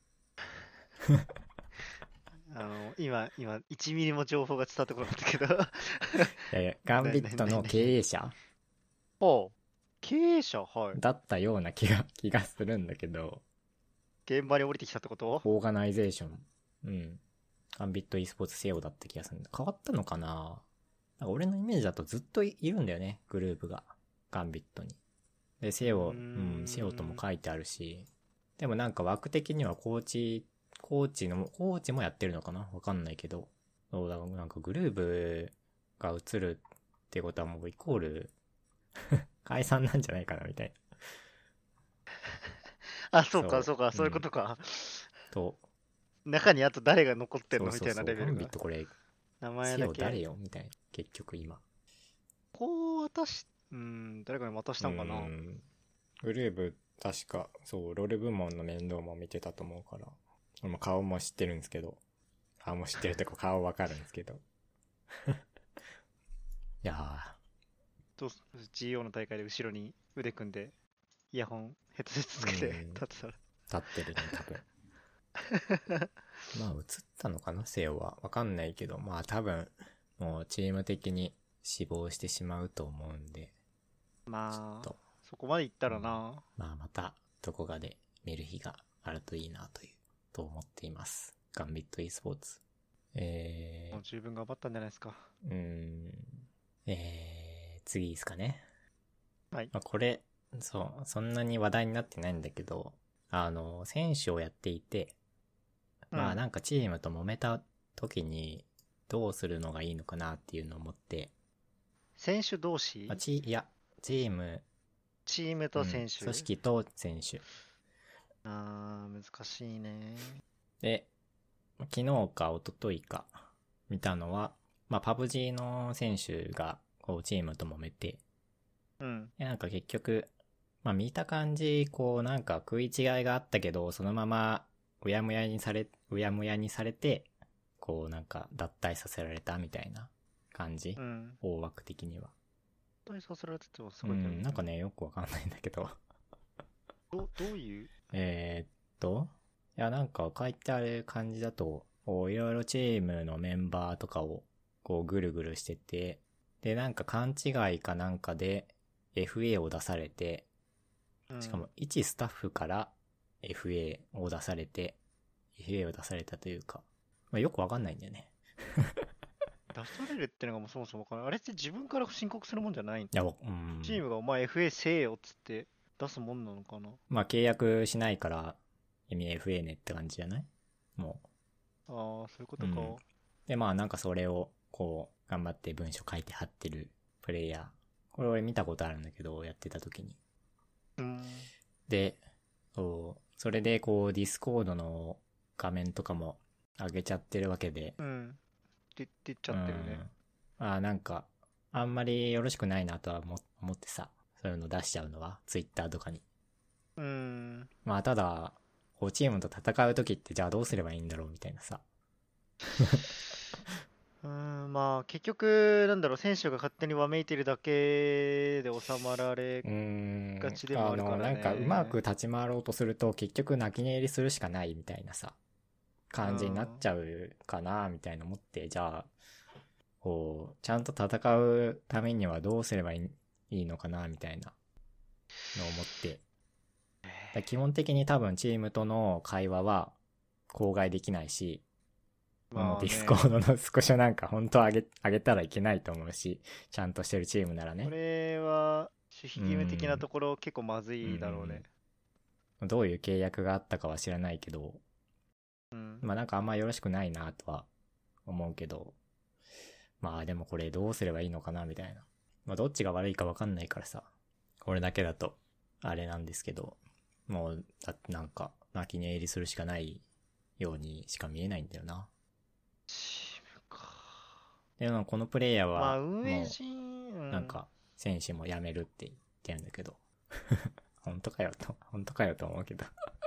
今、1ミリも情報が伝わってこなかったけどいや、ガンビットの経営者経営者はい。 だったような気がするんだけど。 現場に降りてきたってこと？ オーガナイゼーション。ガンビット e スポーツセオだった気がするんだ。変わったのかな？なんか俺のイメージだとずっといるんだよね、グループが。ガンビットに。で、セオとも書いてあるし。でもなんか枠的にはコーチもやってるのかなわかんないけど。そうだ、なんかグループが映るってことはもうイコール解散なんじゃないかなみたいな。あ、そうか、そういうことか。中にあと誰が残ってんのみたいなレベルが。 ガンビットこれ、 名前だけ。 セオ誰よみたいな。結局今。 誰かに渡したんかな。 グループ、確か、そう、ロール部門の面倒も見てたと思うから。俺も顔も知ってるんですけど。顔も知ってるとこ顔わかるんですけど。いやー。GO の大会で後ろに腕組んで、イヤホン、ヘッドセットつけて立ってたら。 立ってるね、多分。まあ、映ったのかな、セオは。わかんないけど、まあ多分、もうチーム的に死亡してしまうと思うんで。 まあ、そこまでいったらな。 まあまた、どこかで見る日があるといいなと思っています。ガンビット e スポーツ。 もう十分頑張ったんじゃないですか。 次ですかね。 はい。 まあ、これ、そんなに話題になってないんだけど、選手をやっていて、まあなんかチームと揉めた時にどうするのがいいのかなっていうのを思って。 選手同士？ チーム。 チームと選手、 組織と選手。 難しいね。 で、昨日か一昨日か見たのは、まあパブ G の選手がこうチームと揉めて、なんか結局、まあ見た感じ、こうなんか食い違いがあったけど、そのままうやむやにされて、こうなんか脱退させられたみたいな感じ、大枠的には。 脱退させられててもすごいけど、 なんかね、よくわかんないんだけど。 どういう？ いやなんか書いてある感じだと、いろいろチームのメンバーとかをこうぐるぐるしてて、でなんか勘違いかなんかで FA を出されて、しかも一スタッフから FA を出されたというか、まあ、よくわかんないんだよね。 出されるってのがもうそもそもわかんない。あれって自分から申告するもんじゃないんだ。 いや、 チームがお前 FA せえよっつって出すもんなのかな。 まあ契約しないから君 FA ねって感じじゃない？もう。そういうことか。 で、まあなんかそれをこう頑張って文章書いて貼ってるプレイヤー。これ俺見たことあるんだけど、やってた時に。で、 それでこうディスコードの画面とかも上げちゃってるわけで。 出ちゃってるね。 なんか、あんまりよろしくないなとは思ってさ、そういうの出しちゃうのは、ツイッターとかに。まあただ、こうチームと戦うときってじゃあどうすればいいんだろうみたいなさ。 まあ結局なんだろう、選手が勝手にわめいてるだけで収まられがちでもあるからね。 なんかうまく立ち回ろうとすると結局泣き寝入りするしかないみたいなさ感じになっちゃうかなみたいな思って、じゃあこうちゃんと戦うためにはどうすればいいのかなみたいなのを思って、基本的に多分チームとの会話は口外できないし、もうディスコードのスクショなんか本当上げたらいけないと思うし、ちゃんとしてるチームならね。 これは守秘義務的なところ結構まずいだろうね。 どういう契約があったかは知らないけど、まあなんかあんまよろしくないなとは思うけど、まあでもこれどうすればいいのかなみたいな。まあどっちが悪いかわかんないからさ、これだけだとあれなんですけど、もうだってなんか泣き寝入りするしかないようにしか見えないんだよな。 チームか。 でもこのプレイヤーはまあ運営陣、 なんか選手も辞めるって言ってるんだけど本当かよと思うけど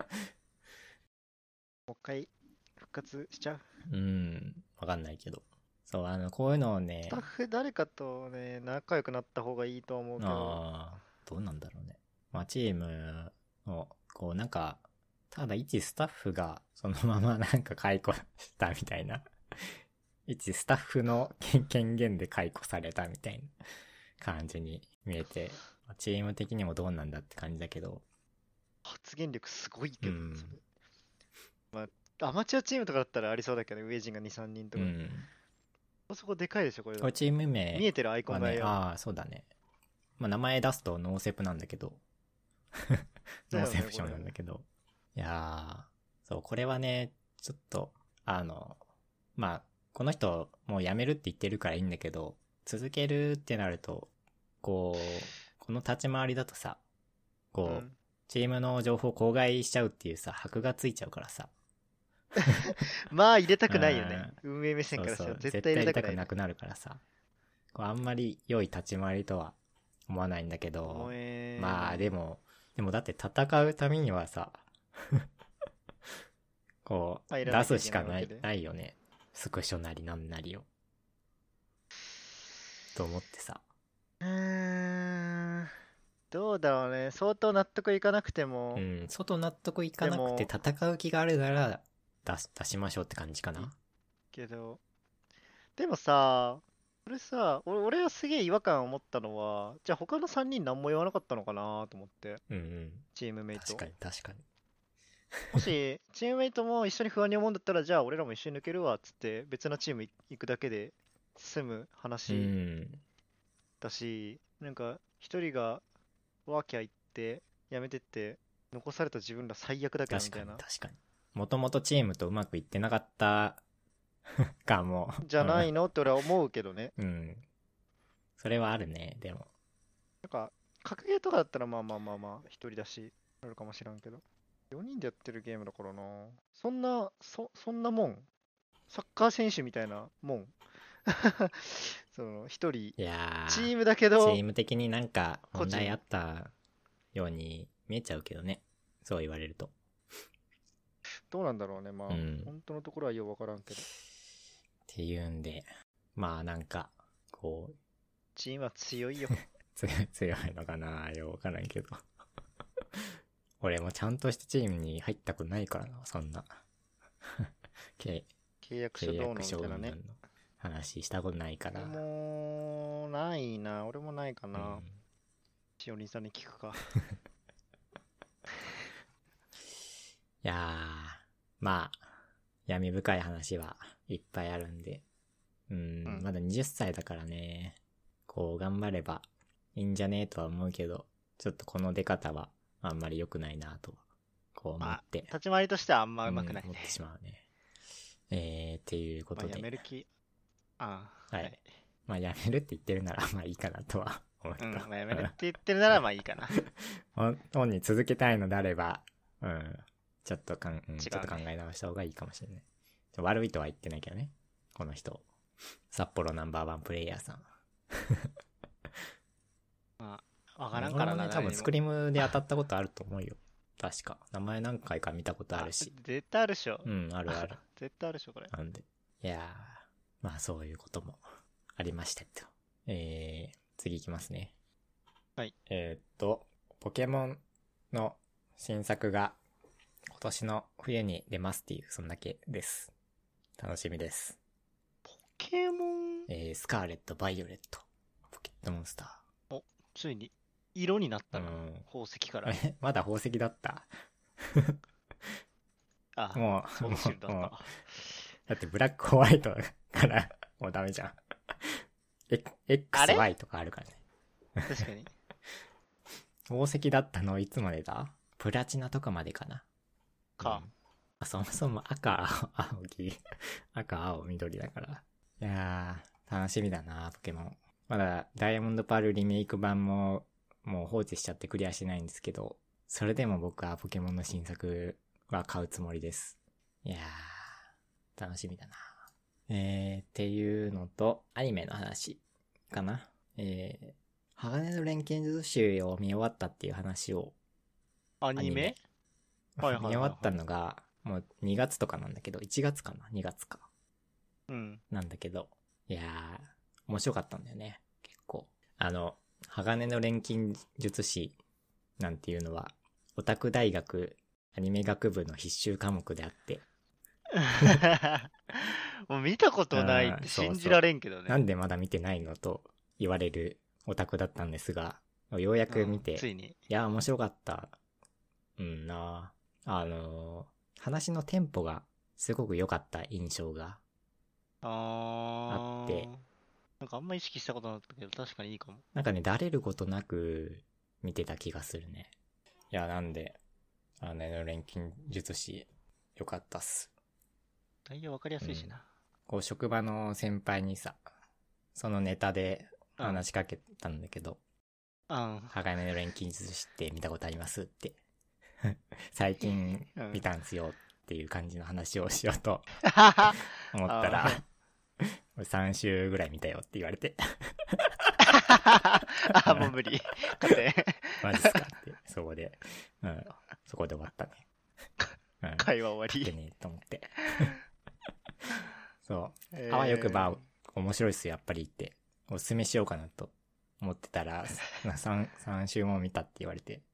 もう一回復活しちゃう。 わかんないけど、そうこういうのをね、 スタッフ誰かとね仲良くなった方がいいと思うけど、 どうなんだろうね。まあチームのこうなんかただ一スタッフがそのままなんか解雇したみたいな一スタッフの権限で解雇されたみたいな感じに見えて、チーム的にもどうなんだって感じだけど、 発言力すごいけど、まあアマチュアチームとかだったらありそうだけど、上陣が2、3人とか、そこでかいでしょこれ。 これチーム名見えてるアイコンがよ。そうだね。まあ名前出すとノーセプなんだけどノーセプションなんだけど、いやー、そうこれはねちょっとまあこの人もう辞めるって言ってるからいいんだけど、続けるってなるとこの立ち回りだとさ、チームの情報を口外しちゃうっていうさ箔がついちゃうからさまあ入れたくないよね、運営目線からしたら絶対入れたくなくなるからさ、あんまり良い立ち回りとは思わないんだけど、まあでもだって戦うためにはさこう出すしかないよね、スクショなりなんなりをと思ってさ。 どうだろうね、相当納得いかなくても、 相当納得いかなくて戦う気があるなら出しましょうって感じかな。 けどでもさ、俺はすげえ違和感を持ったのは、じゃあ他の3人何も言わなかったのかなと思って、チームメイト。 確かにもしチームメイトも一緒に不安に思うんだったら、じゃあ俺らも一緒に抜けるわっつって別のチーム行くだけで済む話だし、なんか一人がワーキャー行って辞めてって残された自分ら最悪だけどみたいな。 確かにもともとチームとうまくいってなかったかもじゃないのって俺は思うけどね。 それはあるね。でもなんか格ゲーとかだったらまあ一人だしあるかもしらんけど、4人でやってるゲームだからな。そんなもん、サッカー選手みたいなもん一人チームだけどチーム的になんか問題あったように見えちゃうけどね、そう言われると。 どうなんだろうね。まあ、本当のところはようわからんけどっていうんで、まあなんかこうチームは強いよ強いのかな、ようわからんけど俺もちゃんとしたチームに入ったことないからな、そんな契約書どうのみたいなね話したことないから。 もうないな、俺もないかな。しおりんさんに聞くかいやー、まあ闇深い話はいっぱいあるんで、まだ20歳だからね、こう頑張ればいいんじゃねえとは思うけど、ちょっとこの出方はあんまり良くないなとこう思って、 立ち回りとしてはあんまうまくないね、 思ってしまうね。っていうことで、 やめる気、 はい、まあやめるって言ってるならまあいいかなとは思うけど、 やめるって言ってるならまあいいかな本に続けたいのであれば、 ちょっとちょっと考え直した方がいいかもしれない。悪いとは言ってないけどね。この人。札幌ナンバーワンプレイヤーさん。 まあ、わからんからな。 俺もね、多分スクリームで当たったことあると思うよ。確か。名前何回か見たことあるし。 絶対あるっしょ。 うん、あるある。 絶対あるっしょ、これ。 なんで。いやー、まあそういうこともありましたと。次いきますね。 はい。 ポケモンの新作が今年の冬に出ますっていう、そんだけです。楽しみです。 ポケモンスカーレット、バイオレット、ポケットモンスター。お、ついに色になったの、宝石から。 まだ宝石だったあ、 もう、 そうシルだった。 だってブラックホワイトからもうダメじゃん。XY とかあるからね。 確かに。 宝石だったのいつまでだ？プラチナとかまでかな。 か。 そもそも赤、青、赤、青、緑だから。いやー、楽しみだな、ポケモン。まだ、ダイヤモンドパールリメイク版も、もう放置しちゃってクリアしないんですけど、それでも僕はポケモンの新作は買うつもりです。いやー、楽しみだな。っていうのと、アニメの話かな。鋼の錬金術師を見終わったっていう話を。 アニメはいはいはいはい、見終わったのが、もう2月とかなんだけど、1月かな ?2 月か。 うん。 なんだけど、いやー、面白かったんだよね。結構。鋼の錬金術師なんていうのは、オタク大学アニメ学部の必修科目であって。 もう見たことないって信じられんけどね。 そうそう。なんでまだ見てないのと言われるオタクだったんですが、ようやく見て、 ついに。 いや、面白かった。話のテンポがすごく良かった印象があって、 なんかあんま意識したことなかったけど、確かにいいかも。 なんかね、だれることなく見てた気がするね。いや、なんで、の錬金術師、良かったっす。 内容わかりやすいしな。 こう、職場の先輩にさ、そのネタで話しかけたんだけど、鋼の錬金術師って見たことありますって。最近見たんすよっていう感じの話をしようと思ったら、3週ぐらい見たよって言われて。 もう無理。勝て。 マジっすかって、そこで、そこで終わったね。 会話終わり。 勝てねえと思って。そう。あわよくば、面白いっすよ、やっぱりって。おすすめしようかなと思ってたら、3週も見たって言われて。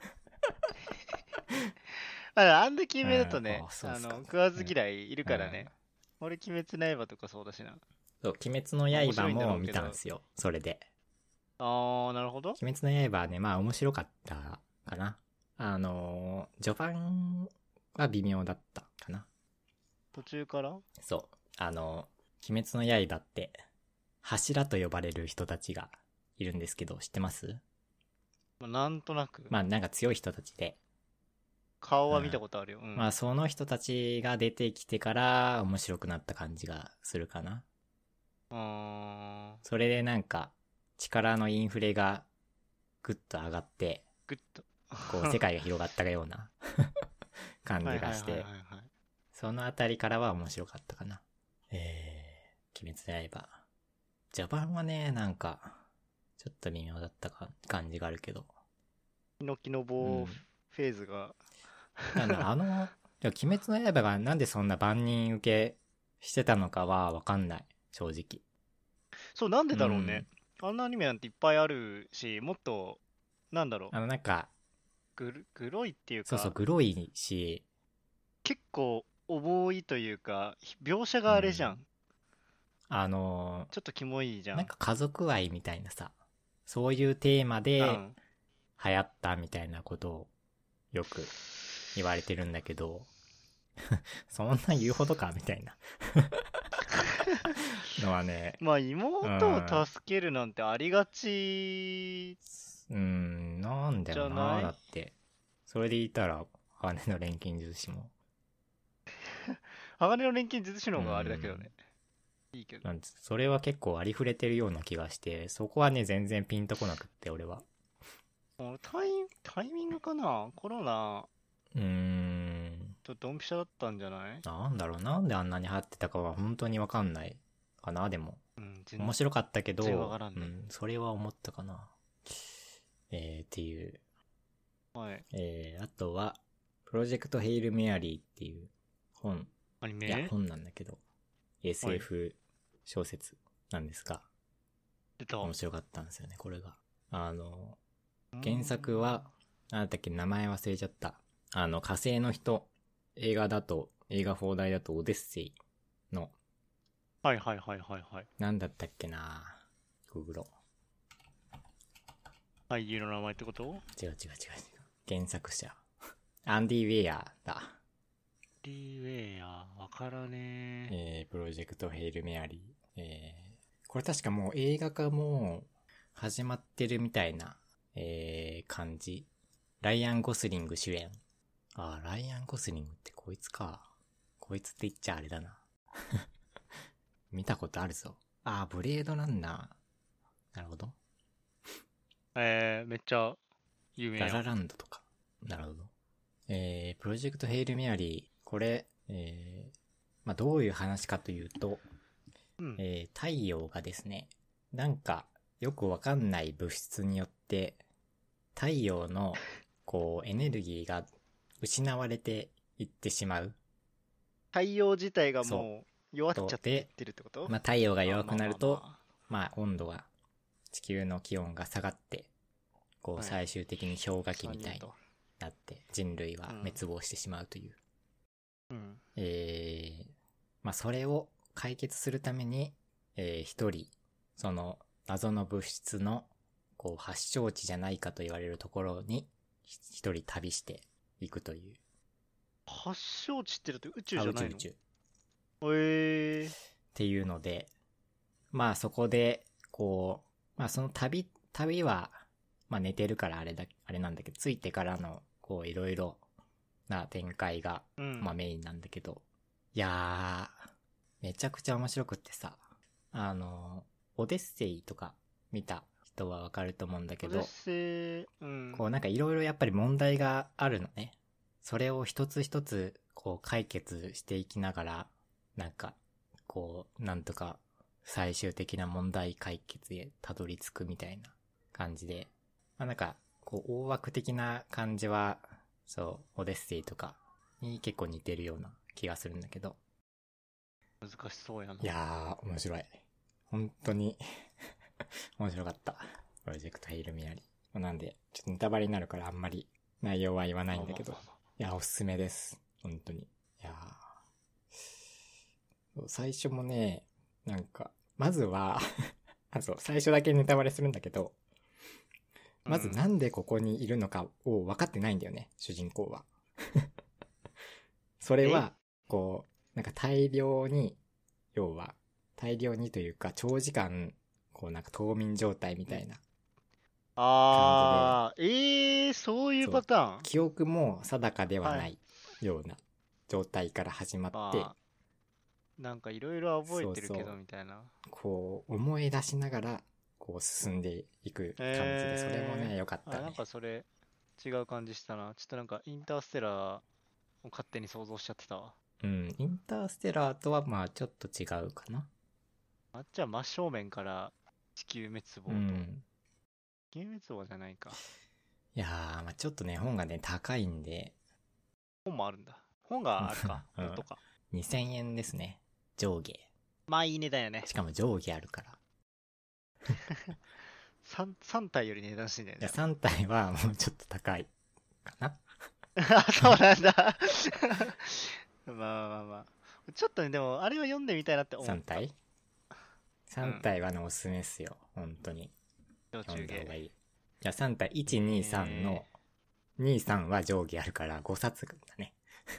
あんだけ夢だとね、食わず嫌いいるからね。俺、鬼滅の刃とかそうだしな。 そう、鬼滅の刃も見たんですよ、それで。 なるほど。 鬼滅の刃はね、まあ面白かったかな。序盤は微妙だったかな。 途中からそう。鬼滅の刃って、柱と呼ばれる人たちがいるんですけど、知ってます？ なんとなく。 まあなんか強い人たちで。 顔は見たことあるよ。 まあその人たちが出てきてから面白くなった感じがするかな。それでなんか力のインフレがぐっと上がって、こう世界が広がったような感じがして、そのあたりからは面白かったかな。鬼滅の刃。序盤はね、なんかちょっと微妙だった感じがあるけど。 ヒノキの棒フェーズが。 鬼滅の刃がなんでそんな万人受けしてたのかはわかんない、正直。 そう、なんでだろうね。あんなアニメなんていっぱいあるし、もっと、なんだろう。 なんか、 グロいっていうか。 そうそう、グロいし。 結構、重いというか、描写があれじゃん。ちょっとキモいじゃん。 なんか家族愛みたいなさ、そういうテーマで流行ったみたいなことをよく言われてるんだけど、そんな言うほどかみたいなのはね。 まあ妹を助けるなんてありがち。 なんだよな。だってそれで言ったら鋼の錬金術師も鋼の錬金術師の方があれだけどね。いいけど。 なんそれは結構ありふれてるような気がして、そこはね全然ピンとこなくって、俺は。 タイミングかな、コロナ。 とドンピシャだったんじゃない？ なんだろう、なんであんなに流行ってたかは本当にわかんないかな、でも。 うん、 面白かったけど、 全然わからんね。 それは思ったかな。っていう。 はい。 あとは、プロジェクトヘイルメアリーっていう本。 アニメ？ いや、本なんだけど、SF 小説なんですが、 出た。 面白かったんですよね、これが。原作は、なんだっけ、名前忘れちゃった。火星の人、映画放題だとオデッセイの、 はいはいはいはいはい。 なんだったっけな、ググロ。 俳優の名前ってこと？ 違う。原作者。アンディ・ウェアだ。 リーウェア、わからねプロジェクトヘイルメアリー。これ確かもう映画化も始まってるみたいな、感じ。ライアン・ゴスリング主演。ライアン・ゴスリングってこいつか。こいつって言っちゃあれだな。見たことあるぞ。ブレードランナー。なるほど。 めっちゃ有名やん。 ララランドとか。なるほど。プロジェクトヘイルメアリー。これ、どういう話かというと、太陽がですね、なんかよくわかんない物質によって太陽のこうエネルギーが失われていってしまう。 太陽自体がもう弱っちゃっていってるってこと？ 太陽が弱くなると、温度が、地球の気温が下がって、こう最終的に氷河期みたいになって人類は滅亡してしまうという。それを解決するために、一人、その謎の物質のこう発祥地じゃないかと言われるところに一人旅していくという。 発祥地って宇宙じゃないの？ 宇宙。 っていうので、そこでこう、その旅は寝てるからあれなんだけど、着いてからのこういろいろな展開が、メインなんだけど、いやー、めちゃくちゃ面白くってさ、オデッセイとか見た人はわかると思うんだけど、こうなんかいろいろやっぱり問題があるのね。それを一つ一つこう解決していきながら、なんか、こう、なんとか最終的な問題解決へたどり着くみたいな感じで、なんか、こう大枠的な感じは、そう、オデッセイとかに結構似てるような気がするんだけど。 難しそうやな。 いやー、面白い。本当に面白かった。プロジェクトヘイルメアリー。なんで、ちょっとネタバレになるからあんまり内容は言わないんだけど。いや、おすすめです。本当に。いやー。最初もね、なんか、まずは最初だけネタバレするんだけど、まずなんでここにいるのかを分かってないんだよね、主人公は。それは、こう、なんか大量にというか、長時間、こうなんか冬眠状態みたいな感じで。そういうパターン？ 記憶も定かではないような状態から始まって、 なんかいろいろ覚えてるけどみたいな。 こう思い出しながら、こう進んでいく感じで、それもね、良かったね。 なんかそれ、違う感じしたな。ちょっとなんかインターステラーを勝手に想像しちゃってたわ。 インターステラーとはちょっと違うかな。 あっちは真正面から地球滅亡と。地球滅亡じゃないか。 いやー、ちょっとね、本がね、高いんで。 本もあるんだ。本があるか。本とか。 2000円ですね。上下。 いい値段やね。 しかも上下あるから。 3体より値段してんだよね。 いや、3体はもうちょっと高いかな。 そうなんだ。ちょっとね、でも、あれは読んでみたいなって思った。 3体はね、おすすめっすよ。本当に。 読んだ方がいい。じゃあ3体、1、2、3の、2、3は上下あるから5冊だね。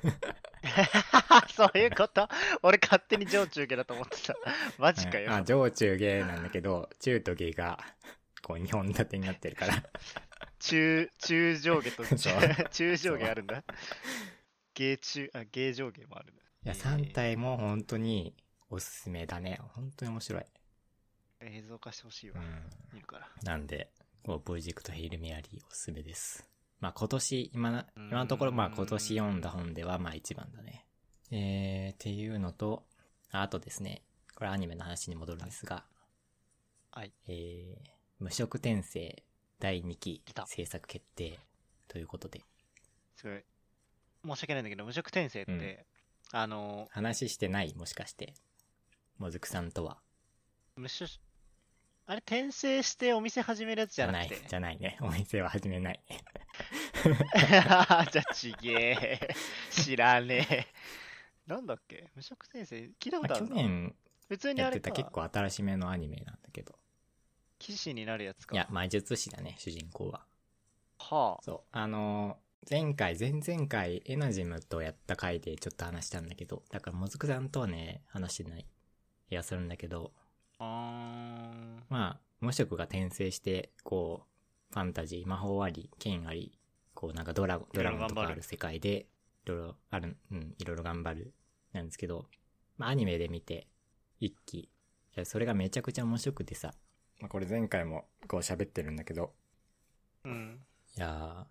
そういうこと？俺勝手に上中下だと思ってた。マジかよ。 上中下なんだけど、中と下が、こう2本立てになってるから。 中上下と中上下あるんだ。下上下もあるんだ。 いや、3体も本当におすすめだね。本当に面白い。 映像化してほしいわ。見るから。 なんで、プロジェクトヘイルメアリーおすすめです。 まあ今年、今のところまあ今年読んだ本ではまあ一番だね。っていうのと、あとですね、これアニメの話に戻るんですが、 はい。 無職転生第2期来た制作決定ということで。 すごい。申し訳ないんだけど、無職転生って、 話してない、もしかして。もずくさんとは。 無職、あれ、転生してお店始めるやつじゃなくて。 じゃないね。お店は始めない。 じゃあちげえ。知らねえ。なんだっけ無職転生聞いたことある去年普通にやってたあれか。 結構新しめのアニメなんだけど。 騎士になるやつか。 いや、魔術師だね、主人公は。 はあ。 そう。前々回、エナジムとやった回でちょっと話したんだけど、だからもずくさんとはね、話してない気がするんだけど、まあ、無職が転生して、こう、ファンタジー、魔法あり、剣あり、こうなんかドラゴンとかある世界で、いろいろある、いろいろ頑張る、なんですけど、まあアニメで見て、一期、いや、それがめちゃくちゃ面白くてさ、まあこれ前回もこう喋ってるんだけど、 うん。 いや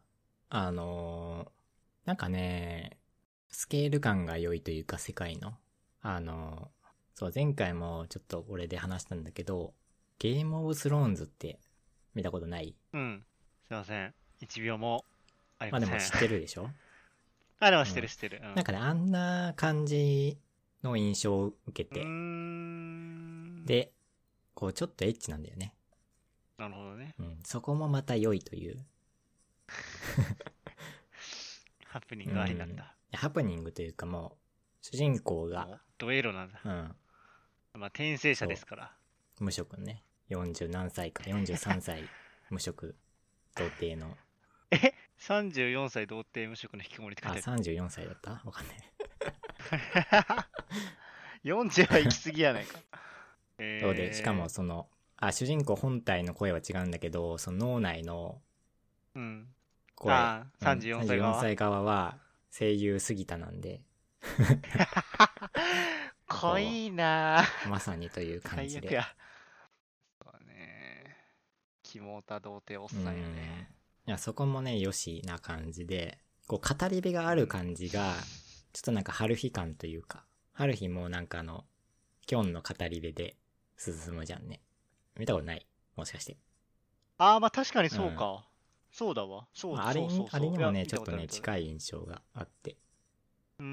なんかね、スケール感が良いというか世界の、そう前回もちょっと俺で話したんだけど、ゲームオブスローンズって見たことない？ うん。すいません。1秒もありまません。 あでも知ってるでしょ？ あ、でも知ってる知ってる。 なんかね、あんな感じの印象を受けて、で、こうちょっとエッチなんだよね。 なるほどね。 そこもまた良いという。 ハプニングありなんだ。 ハプニングというかもう、主人公が、 ドエロなんだ。まあ、転生者ですから。 無職ね。40何歳か、43歳、無職、童貞の。 34歳童貞無職の引きこもりって書いてある。 34歳だった？わかんない。 40は行き過ぎやないか。 そうで、しかもその、主人公本体の声は違うんだけど、その脳内の声、 34歳側は声優杉田なんで。 濃いなまさにという感じで。 最悪や。そうだね。キモータ童貞おっさんやね。 いや、そこもね、よしな感じで、こう、語り部がある感じが、ちょっとなんか春日感というか、春日もなんかキョンの語り部で進むじゃんね。見たことない？もしかして。 まあ確かにそうか。そうだわ。そうだ、 あれにもね、ちょっとね、 い近い印象があって。い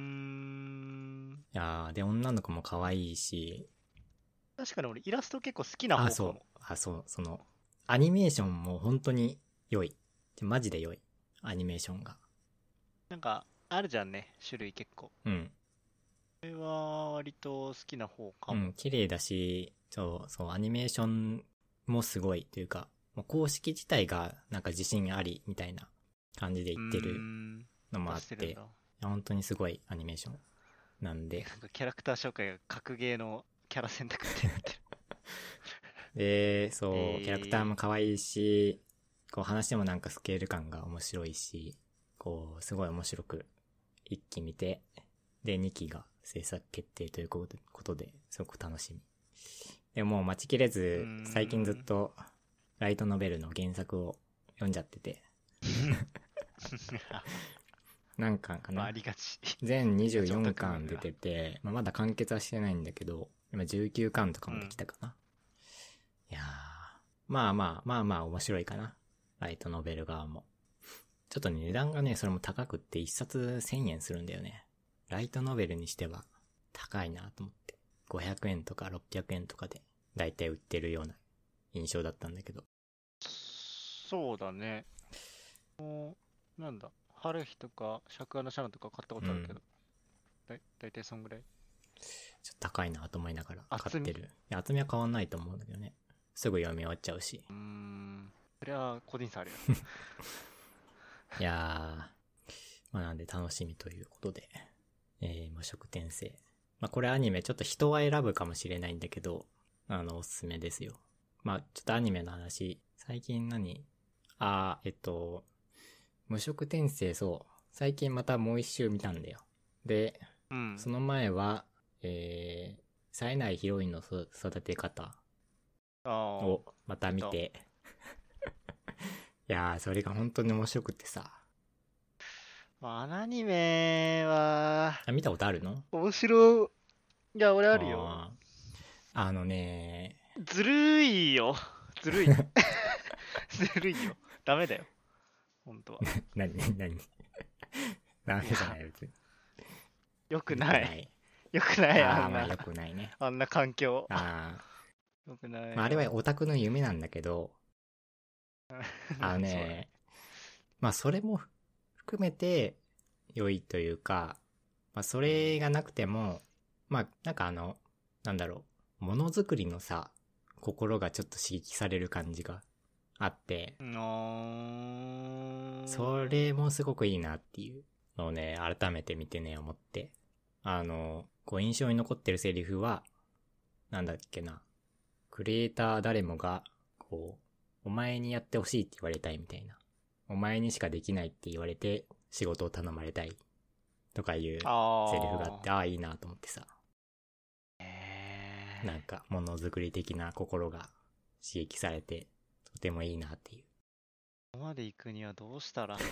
やー、で、女の子も可愛いし。 確かに俺イラスト結構好きな方かも。 その、アニメーションも本当に良い。マジで良い。アニメーションが。 なんか、あるじゃんね、種類結構。これは割と好きな方かも。 綺麗だし、そう、アニメーションもすごいというか、公式自体がなんか自信ありみたいな感じで言ってるのもあって、本当にすごいアニメーションなんで。 なんかキャラクター紹介が格ゲーのキャラ選択ってなってる。 で、そう、キャラクターも可愛いし、こう話もなんかスケール感が面白いし、こう、すごい面白く1期見て、で、2期が制作決定ということで、すごく楽しみ。でももう待ちきれず、最近ずっと、ライトノベルの原作を読んじゃってて。何巻かな、 ありがち。 全24巻出てて、まだ完結はしてないんだけど、今19巻とかもできたかな。いやー、まあ面白いかな。ライトノベル側も。ちょっとね、値段がね、それも高くって1冊1000円するんだよね。ライトノベルにしては高いなと思って。500円とか600円とかでだいたい売ってるような印象だったんだけど。 そうだね。なんだ、春日とか尺穴シャナとか買ったことあるけど、だいたいそんぐらい。 ちょっと高いなと思いながら買ってる。いや、厚みは変わんないと思うんだけどね。すぐ読み終わっちゃうし。 それは個人差あるよ。 いやー、なんで楽しみということで、無職転生。これアニメちょっと人は選ぶかもしれないんだけど、おすすめですよ。ちょっとアニメの話、最近無職転生、そう。最近またもう一周見たんだよ。で、その前は、冴えないヒロインの育て方をまた見て、 いやー、それが本当に面白くてさ。 アニメは、 見たことあるの？ 面白い。いや、俺あるよ。 あのねずるいよ。ずるい。ずるいよ。ダメだよ。本当は。 何ダメじゃない別に。 よくない。よくない。 あんなよくないね。 あんな環境。 よくない。あれはオタクの夢なんだけど、それも含めて良いというか、それがなくても、なんかなんだろう、ものづくりのさ、心がちょっと刺激される感じがあって、それもすごくいいなっていうのをね、改めて見てね、思って。印象に残ってるセリフは、なんだっけな、クリエイター誰もが、お前にやってほしいって言われたいみたいな。お前にしかできないって言われて仕事を頼まれたいとかいうセリフがあって、いいなと思ってさ。なんか、ものづくり的な心が刺激されて、とてもいいなっていう。 ここまで行くにはどうしたらどう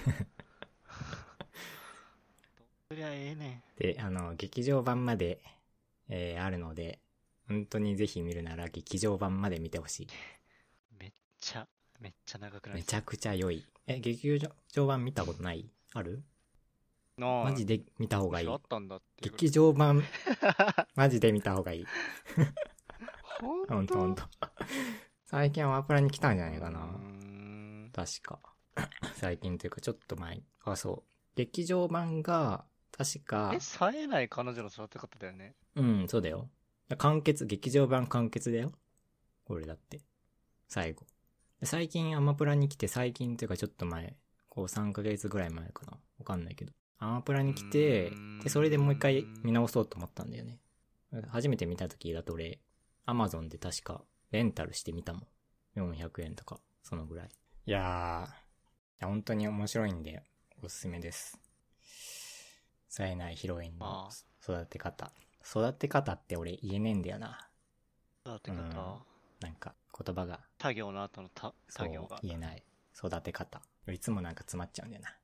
すりゃええねん。 で、劇場版まで、あるので、本当にぜひ見るなら劇場版まで見てほしい。 めっちゃ長くない？ めちゃくちゃ良い。劇場版見たことない？ある？マジで見た方がいい。劇場版、マジで見た方がいい。ほんと。最近アマプラに来たんじゃないかな。確か。最近というかちょっと前。そう。劇場版が、確か。 冴えない彼女の育て方だよね。 うん、そうだよ。劇場版完結だよ。これだって。最後。最近アマプラに来て、最近というかちょっと前、3ヶ月ぐらい前かな。わかんないけど。アマプラに来て、で、それでもう一回見直そうと思ったんだよね。初めて見た時だと俺、アマゾンで確かレンタルしてみたもん。400円とか、そのぐらい。いや本当に面白いんで、おすすめです。冴えないヒロインの育て方。育て方って俺言えねえんだよな。 育て方、 なんか言葉が。 他行の後の他行が。 言えない。育て方。いつもなんか詰まっちゃうんだよな。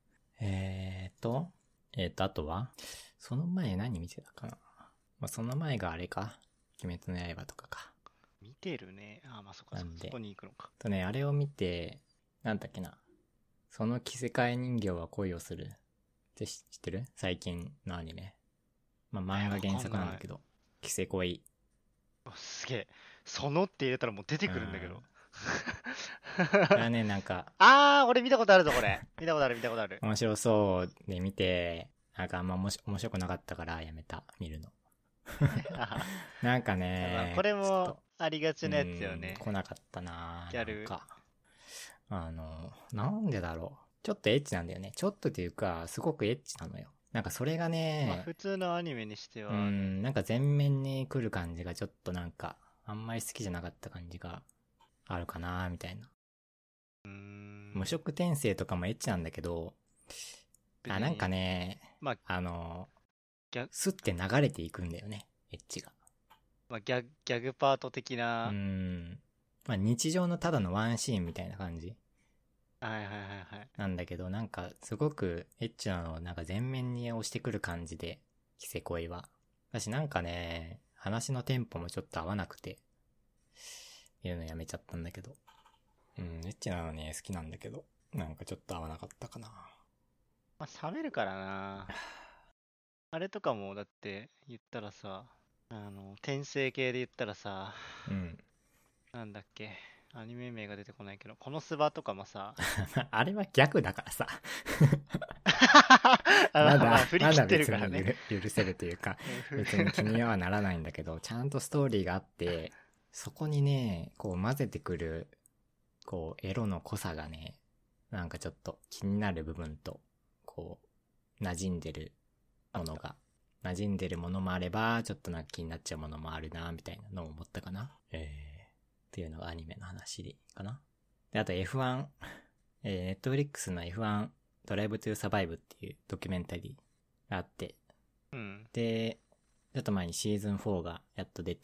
あとはその前何見てたかな。その前があれか。鬼滅の刃とかか。 見てるね。そこに行くのか。 あれを見て、なんだっけな。その着せ替え人形は恋をするって知ってる？最近のアニメ。漫画原作なんだけど。着せ恋。 すげえ。そのって入れたらもう出てくるんだけど。 これはね、なんか。 俺見たことあるぞ、これ。見たことある。 面白そうで見て、なんかあんま面白くなかったからやめた、見るの。なんかね、 これもありがちなやつよね。 来なかったな。 ギャル。 なんでだろう。ちょっとエッチなんだよね。ちょっとっていうか、すごくエッチなのよ。なんかそれがね、 普通のアニメにしては、 なんか前面に来る感じがちょっとなんか、あんまり好きじゃなかった感じがあるかなみたいな。無色転生とかもエッチなんだけど、なんかね、スッて流れていくんだよね、エッチが。 ギャグパート的な。 日常のただのワンシーンみたいな感じ。 はい。 なんだけど、なんかすごくエッチなのをなんか前面に押してくる感じで、着せ恋は。私なんかね、話のテンポもちょっと合わなくて、言うのやめちゃったんだけど。エッチなのね、好きなんだけど、なんかちょっと合わなかったかな。 冷めるからな。あれとかも、だって言ったらさ、転生系で言ったらさ、なんだっけ、アニメ名が出てこないけど、このスバとかもさ、 あれは逆だからさ。 まだ振り切ってるからね。 許せるというか、別に気にはならないんだけど、ちゃんとストーリーがあって、そこにね、混ぜてくる、エロの濃さがね、なんかちょっと気になる部分と、馴染んでるものが、馴染んでるものもあれば、ちょっとなんか気になっちゃうものもあるな、みたいなのを思ったかな。っていうのがアニメの話でかな。で、あと F1、Netflix の F1 ドライブトゥーサバイブっていうドキュメンタリーがあって、で、ちょっと前にシーズン4がやっと出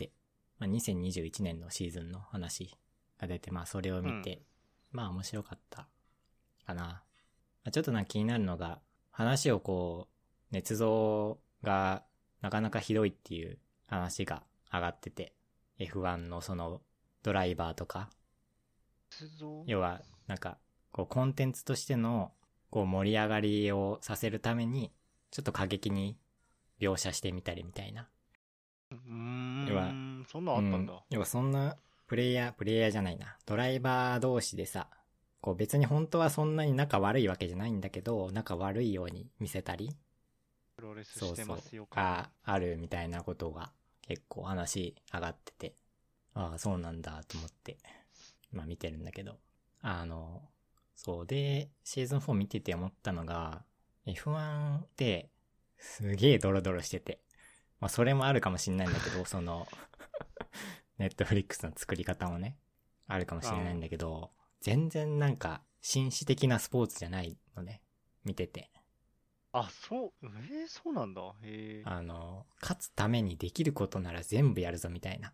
て、2021年のシーズンの話が出て、それを見て、面白かったかな。ちょっとなんか気になるのが、話をこう、捏造がなかなかひどいっていう話が上がってて、F1 のそのドライバーとか、要はなんかこうコンテンツとしてのこう盛り上がりをさせるためにちょっと過激に描写してみたりみたいな。 要はそんなあったんだ。 要はそんなプレイヤーじゃないな、ドライバー同士でさ、こう別に本当はそんなに仲悪いわけじゃないんだけど、仲悪いように見せたり、 プロレスしてますよか、あるみたいなことが結構話上がってて、ああそうなんだと思ってまあ見てるんだけど、そうでシーズン4見てて思ったのが、 F1 ってすげえドロドロしてて、まあそれもあるかもしんないんだけどそのネットフリックスの作り方もねあるかもしれないんだけど、全然なんか紳士的なスポーツじゃないのね、見てて。 あ、そう、そうなんだ。 勝つためにできることなら全部やるぞみたいな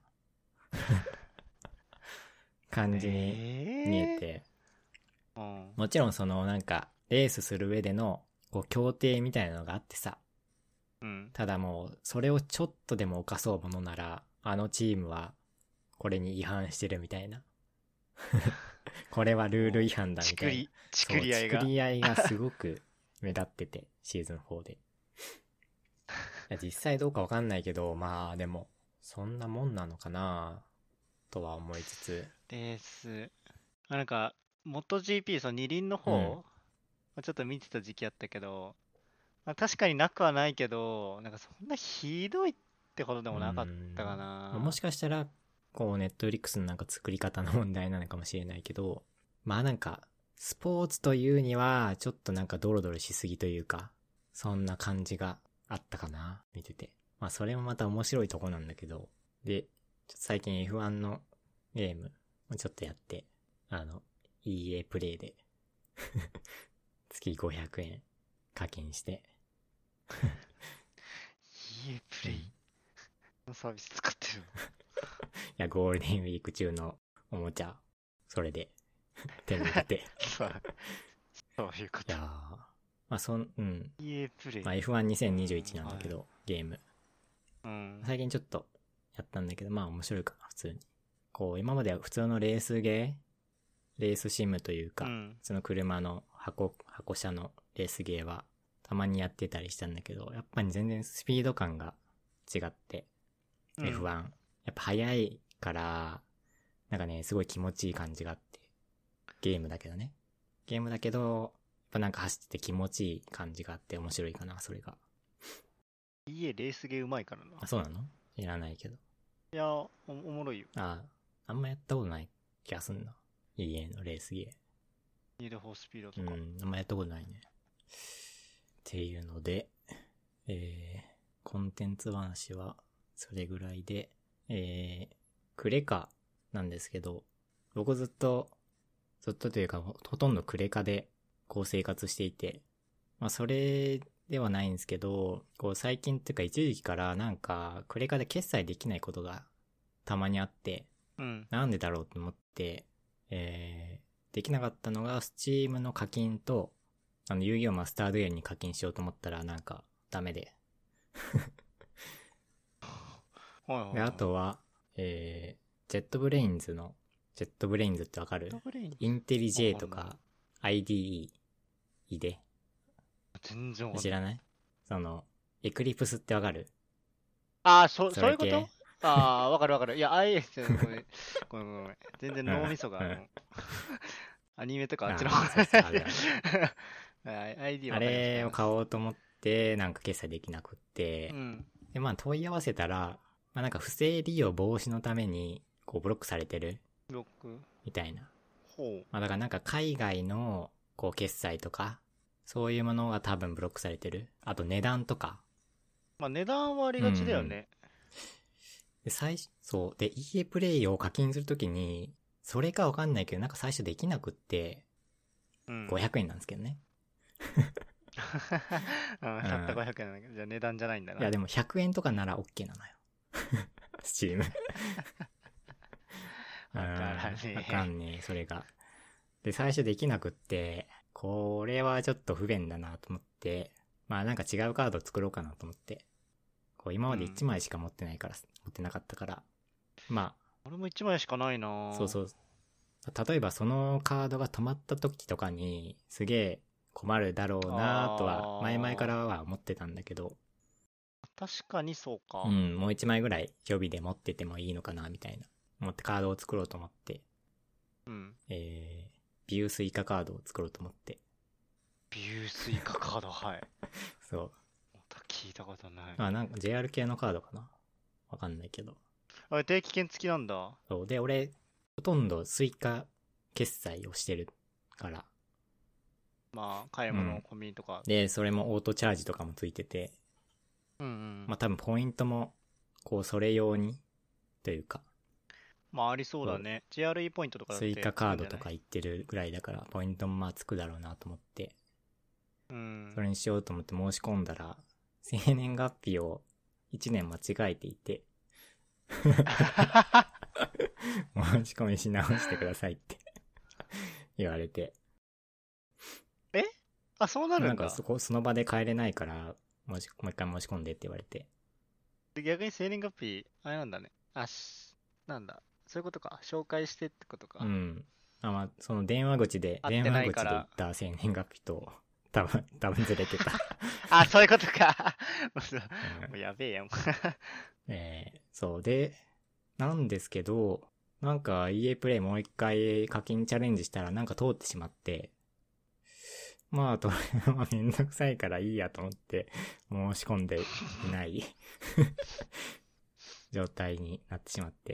感じに見えて、もちろんそのなんかレースする上でのこう協定みたいなのがあってさ、ただもうそれをちょっとでも犯そうものなら、あのチームはこれに違反してるみたいなこれはルール違反だみたいなチクリ合いがすごく目立っててシーズン4で。いや実際どうかわかんないけど、まあでもそんなもんなのかなとは思いつつ。 レースなんかMotoGP その二輪の方、ちょっと見てた時期あったけど、まあ、確かになくはないけど、なんかそんなひどいってことでもなかったかな。 もしかしたらこうネットフリックスのなんか作り方の問題なのかもしれないけど、まあなんかスポーツというにはちょっとなんかドロドロしすぎというか、そんな感じがあったかな見てて。まあそれもまた面白いとこなんだけど、でちょっと最近 F1 のゲームをちょっとやって、EA プレイで月500円課金して EA プレイのサービス使ってるのいやゴールデンウィーク中のおもちゃそれで手に入れてそういうこと。 いやまあ EA プレイ、 まあ、F12021 なんだけど、ゲーム、最近ちょっとやったんだけど、まあ面白いかな普通に。こう今までは普通のレースシムというか、その車の箱車のレースゲーはたまにやってたりしたんだけど、やっぱり全然スピード感が違って、F1 やっぱ速いからなんかねすごい気持ちいい感じがあって、ゲームだけどやっぱなんか走ってて気持ちいい感じがあって面白いかな、それが。 EA レースゲーうまいからな。 あ、そうなの？知らないけど。 いやおもろいよ。 あんまやったことない気がすんな、EA のレースゲー。 ニードフォースピードとか。 あんまやったことないね。っていうので、コンテンツ話はそれぐらいで、クレカなんですけど、僕ずっとというかほとんどクレカでこう生活していて、まあそれではないんですけど、こう最近っていうか一時期からなんかクレカで決済できないことがたまにあって、なんでだろうと思って、できなかったのがスチームの課金と遊戯王マスタードエアに課金しようと思ったらなんかダメでであとは、ジェットブレインズってわかる？インテリジェとか IDE で全然わかんない。 知らない？そのエクリプスってわかる？ そういうこと？わかる。いや、ごめん。全然脳みそが、アニメとかあっちの方あれを買おうと思ってなんか決済できなくって、でまあ問い合わせたら、まあなんか不正利用防止のためにこうブロックされてるみたいな。まあだからなんか海外のこう決済とかそういうものが多分ブロックされてる。あと値段とか。 まあ値段はありがちだよね。 でそうで EA プレイを課金するときにそれかわかんないけどなんか最初できなくって、500円なんですけどね。 たった500円なんだけど、じゃあ値段じゃないんだな。 いやでも100円とかなら OK なのよ。スチーム。わかんねえ、それが。で、最初できなくって、 これはちょっと不便だなと思って、まあなんか違うカード作ろうかなと思って、こう今まで1枚しか持ってないから、持ってなかったから、まあ。 俺も1枚しかないな。 そうそう。例えばそのカードが止まった時とかに、すげえ困るだろうなとは、前々からは思ってたんだけど。 確かにそうか。 うん、もう1枚ぐらい予備で持っててもいいのかなみたいな。思ってカードを作ろうと思って。 うん。 ビュースイカカードを作ろうと思って。 ビュースイカカード、はい。 そう。 また聞いたことない。 なんか JR 系のカードかな、わかんないけど。 あれ、定期券付きなんだ。 そう。で、俺、ほとんどスイカ決済をしてるから。 まあ、買い物、コンビニとか。 で、それもオートチャージとかもついてて。 うんうん。 まあ多分ポイントも、こう、それ用に、というか。 まあ、ありそうだね。JRE ポイントとかだってスイカカードとか言ってるぐらいだから、ポイントもまあつくだろうなと思って。 うん。 それにしようと思って申し込んだら、生年月日を1年間違えていて。申し込みし直してくださいって言われて。 あ、そうなるんだ。 なんかその場で帰れないから、もう一回申し込んでって言われて。 で、逆に生年月日、あれなんだね。なんだ。そういうことか。紹介してってことか。 うん。まあ、その電話口で言った生年月日と、多分ずれてた。 あ、そういうことか。もうやべえやん。 そうで、なんですけど、なんか EA プレイもう一回課金チャレンジしたらなんか通ってしまって、まあ、とれはめんどくさいからいいやと思って申し込んでいない状態になってしまって。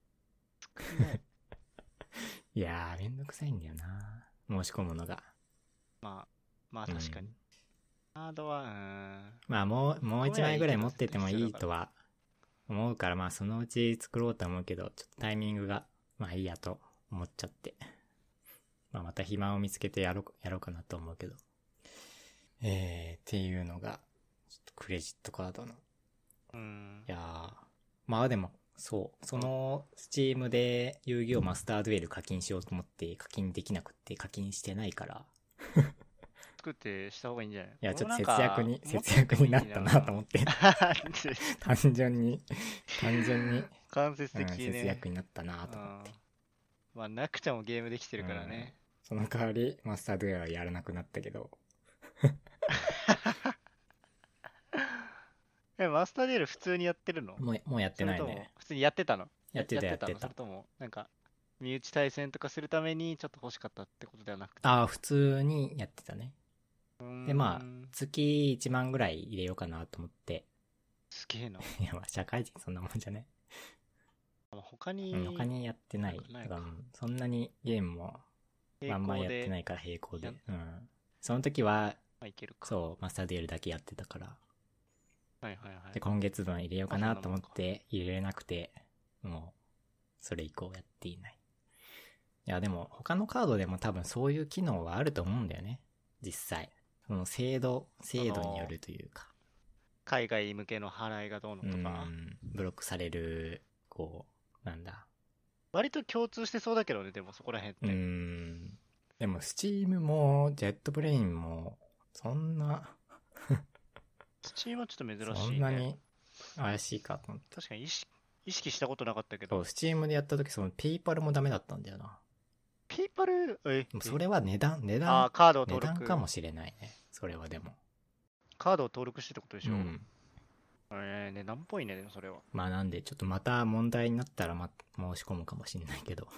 いやー、めんどくさいんだよな。申し込むのが。 まあ確かに。カードは、 まあもう一枚ぐらい持っててもいいとは思うから、まあそのうち作ろうと思うけど、ちょっとタイミングが、まあいいやと思っちゃって。まあまた暇を見つけてやろうかなと思うけど。っていうのが、ちょっとクレジットカードの。いやー、まあでも、そう、そのスチームで遊戯王マスターデュエル課金しようと思って課金できなくて課金してないから。 作ってした方がいいんじゃない？ いや、ちょっと節約になったなと思って。単純に。 間接的にね。 節約になったなと思って。 まあ、なくてもゲームできてるからね。 その代わり、マスターデュエルはやらなくなったけど。 マスターデュエル普通にやってるの？ もうやってないね。 普通にやってたの？ やってた。 それとも、なんか、身内対戦とかするためにちょっと欲しかったってことではなくて。 普通にやってたね。で、まあ、月1万ぐらい入れようかなと思って。 すげえな。 いや、まあ、社会人そんなもんじゃね。 他にやってない。だからそんなにゲームも、バンバンやってないから並行で。その時は、そう、マスターデュエルだけやってたから。で、今月分入れようかなと思って入れれなくて、もう、それ以降やっていない。いや、でも、他のカードでも多分そういう機能はあると思うんだよね。実際。その制度によるというか。 海外向けの払いがどうのとか。 ブロックされる、こう、なんだ。 割と共通してそうだけどね、でもそこら辺って。 でも、スチームも、ジェットブレインも、そんな、 スチームはちょっと珍しいね。 そんなに怪しいかと思って。 確かに意識したことなかったけど。 そう、スチームでやった時、そのペイパルもダメだったんだよな。 ペイパルそれは値段カードを登録。 値段かもしれないね。それはでも。 カードを登録してってことでしょ？値段っぽいね、でもそれは。 まあなんで、ちょっとまた問題になったら申し込むかもしれないけど。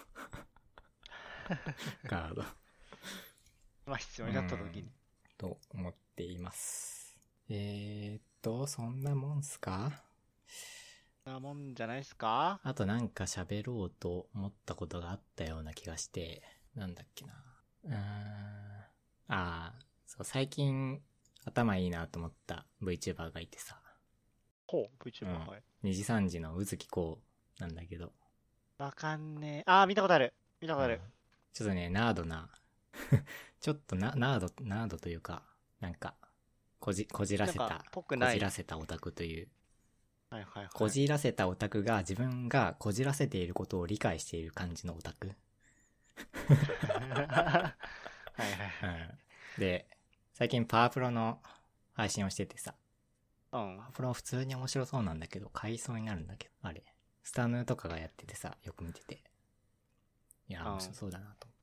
カード。 まあ必要になった時に。 と思っています。そんなもんすか？ そんなもんじゃないっすか？ あとなんか喋ろうと思ったことがあったような気がして、なんだっけな。そう、最近頭いいなと思った VTuber がいてさ。 VTuber、はい。 2時3時の宇月こうなんだけど。 わかんねえ。見たことある。ちょっとね、ナードな、ちょっとナードというか、なんか、こじらせたオタクという。こじらせたオタクが自分がこじらせていることを理解している感じのオタク。 はいはいはい。 で、最近パワープロの配信をしててさ、 うん。 パワープロ普通に面白そうなんだけど、買いそうになるんだけど、あれ。スタヌとかがやっててさ、よく見てて。いや、面白そうだなと思って。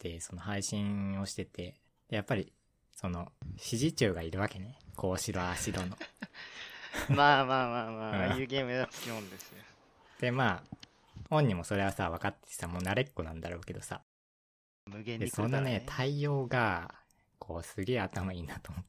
で、その配信をしてて、でやっぱり、その、指示中がいるわけね。こうしろ、ああしろの。 まあまあまあまあ、ああいうゲームはつきもんですよ。 で、まあ、本人もそれはさ、分かってさ、もう慣れっこなんだろうけどさ。 無限で、 に来るからね。 そのね、対応が、こう、すげえ頭いいなと思って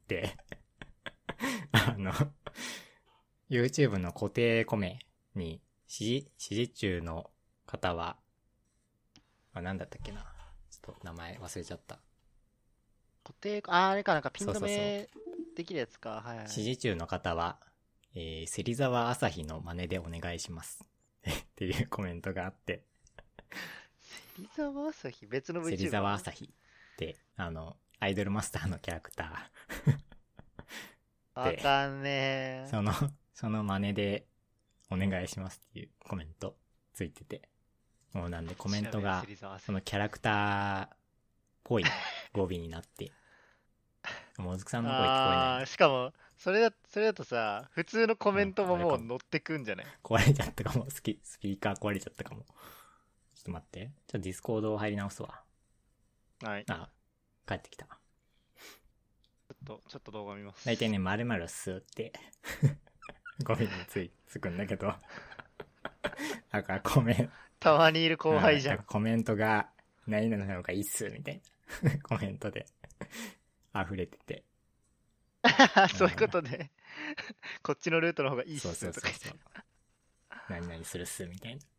。YouTube の固定コメに、指示中の方は、なんだったっけな。ちょっと名前忘れちゃった。 固定、あれかなんかピン止そうそうそうめできるやつか。はいはい。 指示中の方は、芹沢朝日の真似でお願いします。っていうコメントがあって。 芹沢朝日別の VTuber？ 芹沢朝日って、アイドルマスターのキャラクター。わかんねえ。 その真似でお願いしますっていうコメントついてて。もうなんでコメントが、そのキャラクターっぽい語尾になって、もずくさんの声聞こえない。 しかも、それだとさ、普通のコメントももう乗ってくんじゃない？ 壊れちゃったかも。スピーカー壊れちゃったかも。ちょっと待って。ちょっとディスコードを入り直すわ。 はい。 帰ってきた。 ちょっと動画見ます。 大体ね、〇〇すって語尾につくんだけどだからたまにいる後輩じゃん。 コメントが何々の方がいいっすみたいなコメントで溢れててそういうことでこっちのルートの方がいいっすとか言って。 何々するっすみたいな。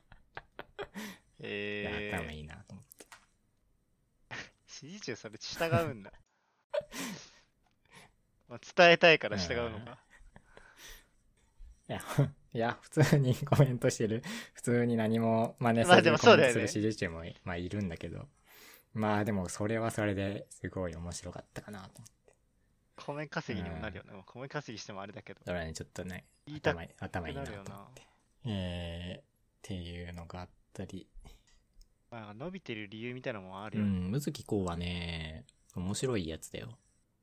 頭いいなと思って。 指示中それ従うんだ。まあ、伝えたいから従うのか。 いや、普通にコメントしてる。普通に何も真似せずにコメントする指示中も、まあいるんだけど。まあでもそれはそれですごい面白かったかなと思って。 米稼ぎにもなるよね。米稼ぎしてもあれだけど。 だからね、ちょっとね、頭いいなと思って。っていうのがあったり。 まあ、伸びてる理由みたいなのもあるよね。 むずきこうはね、面白いやつだよ。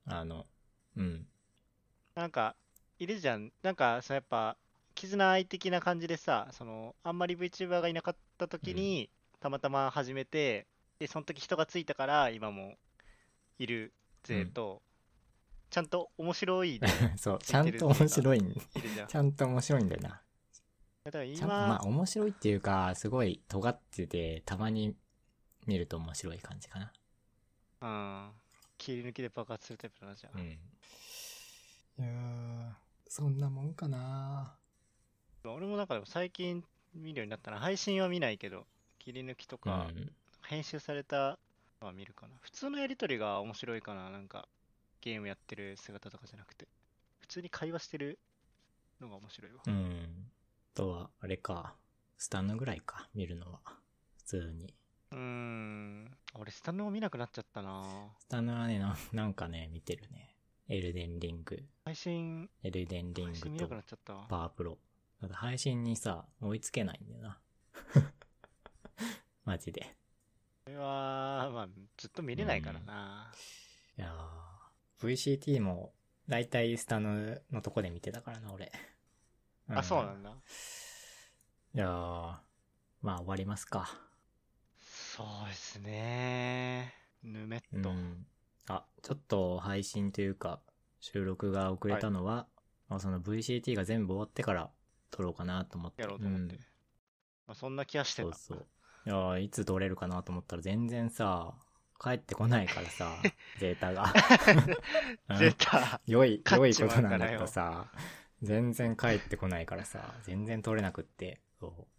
なんか、いるじゃん。なんか、やっぱ、絆愛的な感じでさ、あんまり VTuber がいなかった時に、たまたま始めて、で、その時人がついたから、今もいるぜと、ちゃんと面白いそう、ちゃんと面白いちゃんと面白いんだよな。 だからまあ面白いっていうか、すごい尖ってて、たまに見ると面白い感じかな。切り抜きで爆発するタイプだな、じゃあ。 いやー、そんなもんかな。 俺もなんかでも最近見るようになったな。配信は見ないけど、切り抜きとか、編集されたのは見るかな。普通のやりとりが面白いかな。なんか、ゲームやってる姿とかじゃなくて、普通に会話してるのが面白いわ。 あとは、あれか、スタンドぐらいか、見るのは。普通に。 俺スタンドも見なくなっちゃったな。 スタンドはね、なんかね、見てるね。エルデンリング。エルデンリングとパワープロ。だから配信にさ、追いつけないんだよな。マジで。 これは、まあ、ずっと見れないからな。 いやー、VCT も、だいたいスタンドのとこで見てたからな、俺。 そうなんだ。 いやー、まあ終わりますか。 そうですね。ぬめっと。 ちょっと配信というか、収録が遅れたのは、その VCT が全部終わってから撮ろうかなと思って。 やろうと思って。まあ、そんな気はしてた。 そう。いや、いつ撮れるかなと思ったら全然さ、帰ってこないからさ、ゼータが。 ゼータ。 良いことなんだけどさ、全然帰ってこないからさ、全然撮れなくって。そう。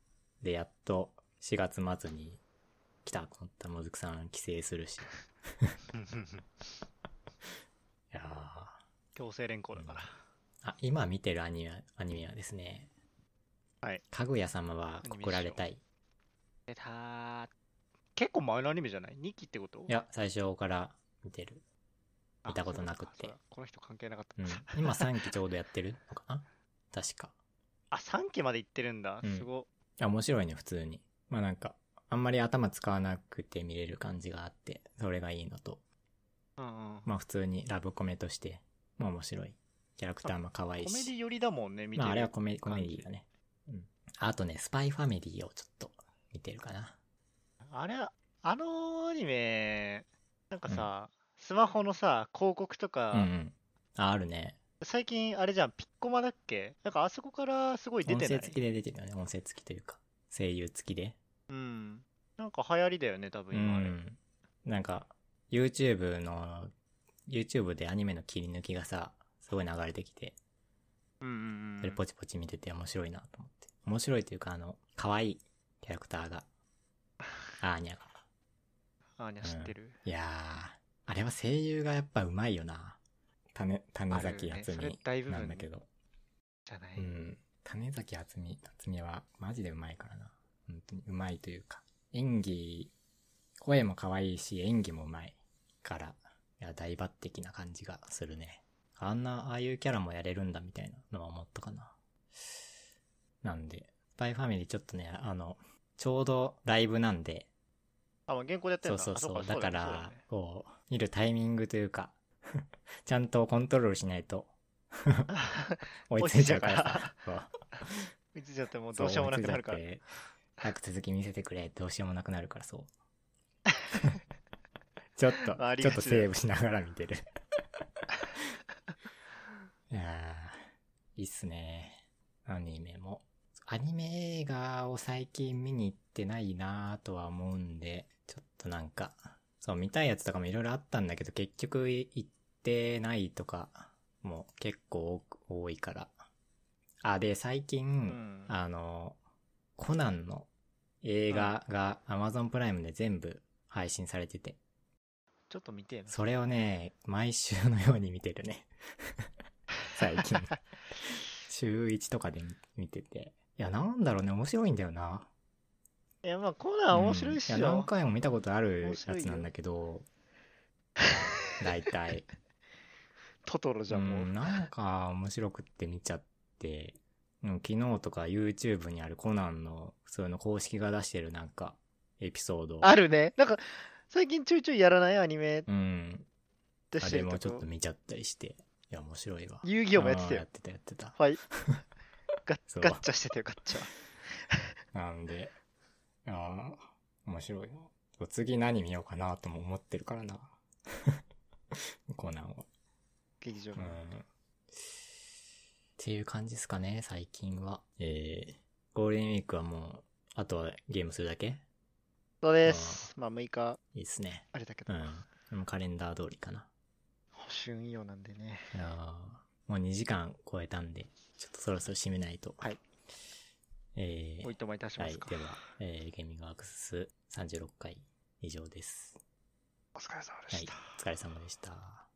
で、やっと4月末に来たと思ったらもずくさん帰省するし。いやー。 強制連行だから。 今見てるアニメはですね。 はい。 かぐや様は告られたい。 結構前のアニメじゃない ?2 期ってこと？ いや、最初から見てる。見たことなくって。 この人関係なかった。 今3期ちょうどやってるのかな確か。 3期まで行ってるんだ。すご。 面白いね、普通に。まあなんか、 あんまり頭使わなくて見れる感じがあって、それがいいのと、 うんうん。 まあ普通にラブコメとして、まあ面白い。キャラクターも可愛いし。 コメディ寄りだもんね、見てる。 まああれはコメディだね。うん。あとね、スパイファミリーをちょっと見てるかな。 あれ、あのアニメ、なんかさ、スマホのさ、広告とか、 うんうん。あるね。 最近あれじゃん、ピッコマだっけ？なんかあそこからすごい出てない？ 音声付きで出てるよね。音声付きというか、声優付きで。 うん。なんか流行りだよね、多分う今あれ。 ん。なんか、YouTube でアニメの切り抜きがさ、すごい流れてきて、 うんうんうん。 それポチポチ見てて面白いなと思って。面白いというか、可愛いキャラクターが、アーニャが。 あーにゃ知ってる。 いやー、あれは声優がやっぱ上手いよな。種崎ね、それ敦美大部分なんだけど。 じゃない。 うん。種崎敦美はマジで上手いからな。本当に上手いというか。演技、声も可愛いし、演技も上手いから、いや、大抜擢な感じがするね。ああいうキャラもやれるんだみたいなのは思ったかな。なんで、スパイファミリーちょっとね、ちょうどライブなんで、 あ、もう原稿でやってるんだ。 そう。 だだから、こう、見るタイミングというか、ちゃんとコントロールしないと、追いついちゃうからさ。 追いついちゃってもうどうしようもなくなるから。 早く続き見せてくれ、どうしようもなくなるからそう。ちょっとセーブしながら見てる。いやー、いいっすね。アニメも。アニメ映画を最近見に行ってないなーとは思うんで、ちょっとなんか、そう、見たいやつとかもいろいろあったんだけど、結局行ってないとか、もう結構多いから。あ、で、最近、コナンの映画が Amazon プライムで全部配信されてて。 ちょっと見てえな。 それをね、毎週のように見てるね。最近。週1とかで見てて。いや、なんだろうね、面白いんだよな。 いや、まあ、コナン面白いっしょ。 いや、何回も見たことあるやつなんだけど、大体。 トトロじゃん、もう。 なんか面白くって見ちゃって、昨日とか YouTube にあるコナンの普通の公式が出してるなんかエピソード。 あるね。なんか、最近ちょいちょいやらないアニメ。 あれもちょっと見ちゃったりして。いや、面白いわ。 遊戯王もやってたよ。 やってた。 はい。ガッチャしてたよ、ガッチャ。 なんで、面白いな。次何見ようかなとも思ってるからな。コナンは。 劇場の。 っていう感じですかね、最近は。ゴールデンウィークはもう、あとはゲームするだけ？ そうです。まあ6日。 いいっすね。 あれだけど。 カレンダー通りかな。 旬用なんでね。 もう2時間超えたんで、ちょっとそろそろ締めないと。 はい。おいとまいたしますか。 はい、では、ゲーミングワークス36回以上です。 お疲れ様でした。 はい、お疲れ様でした。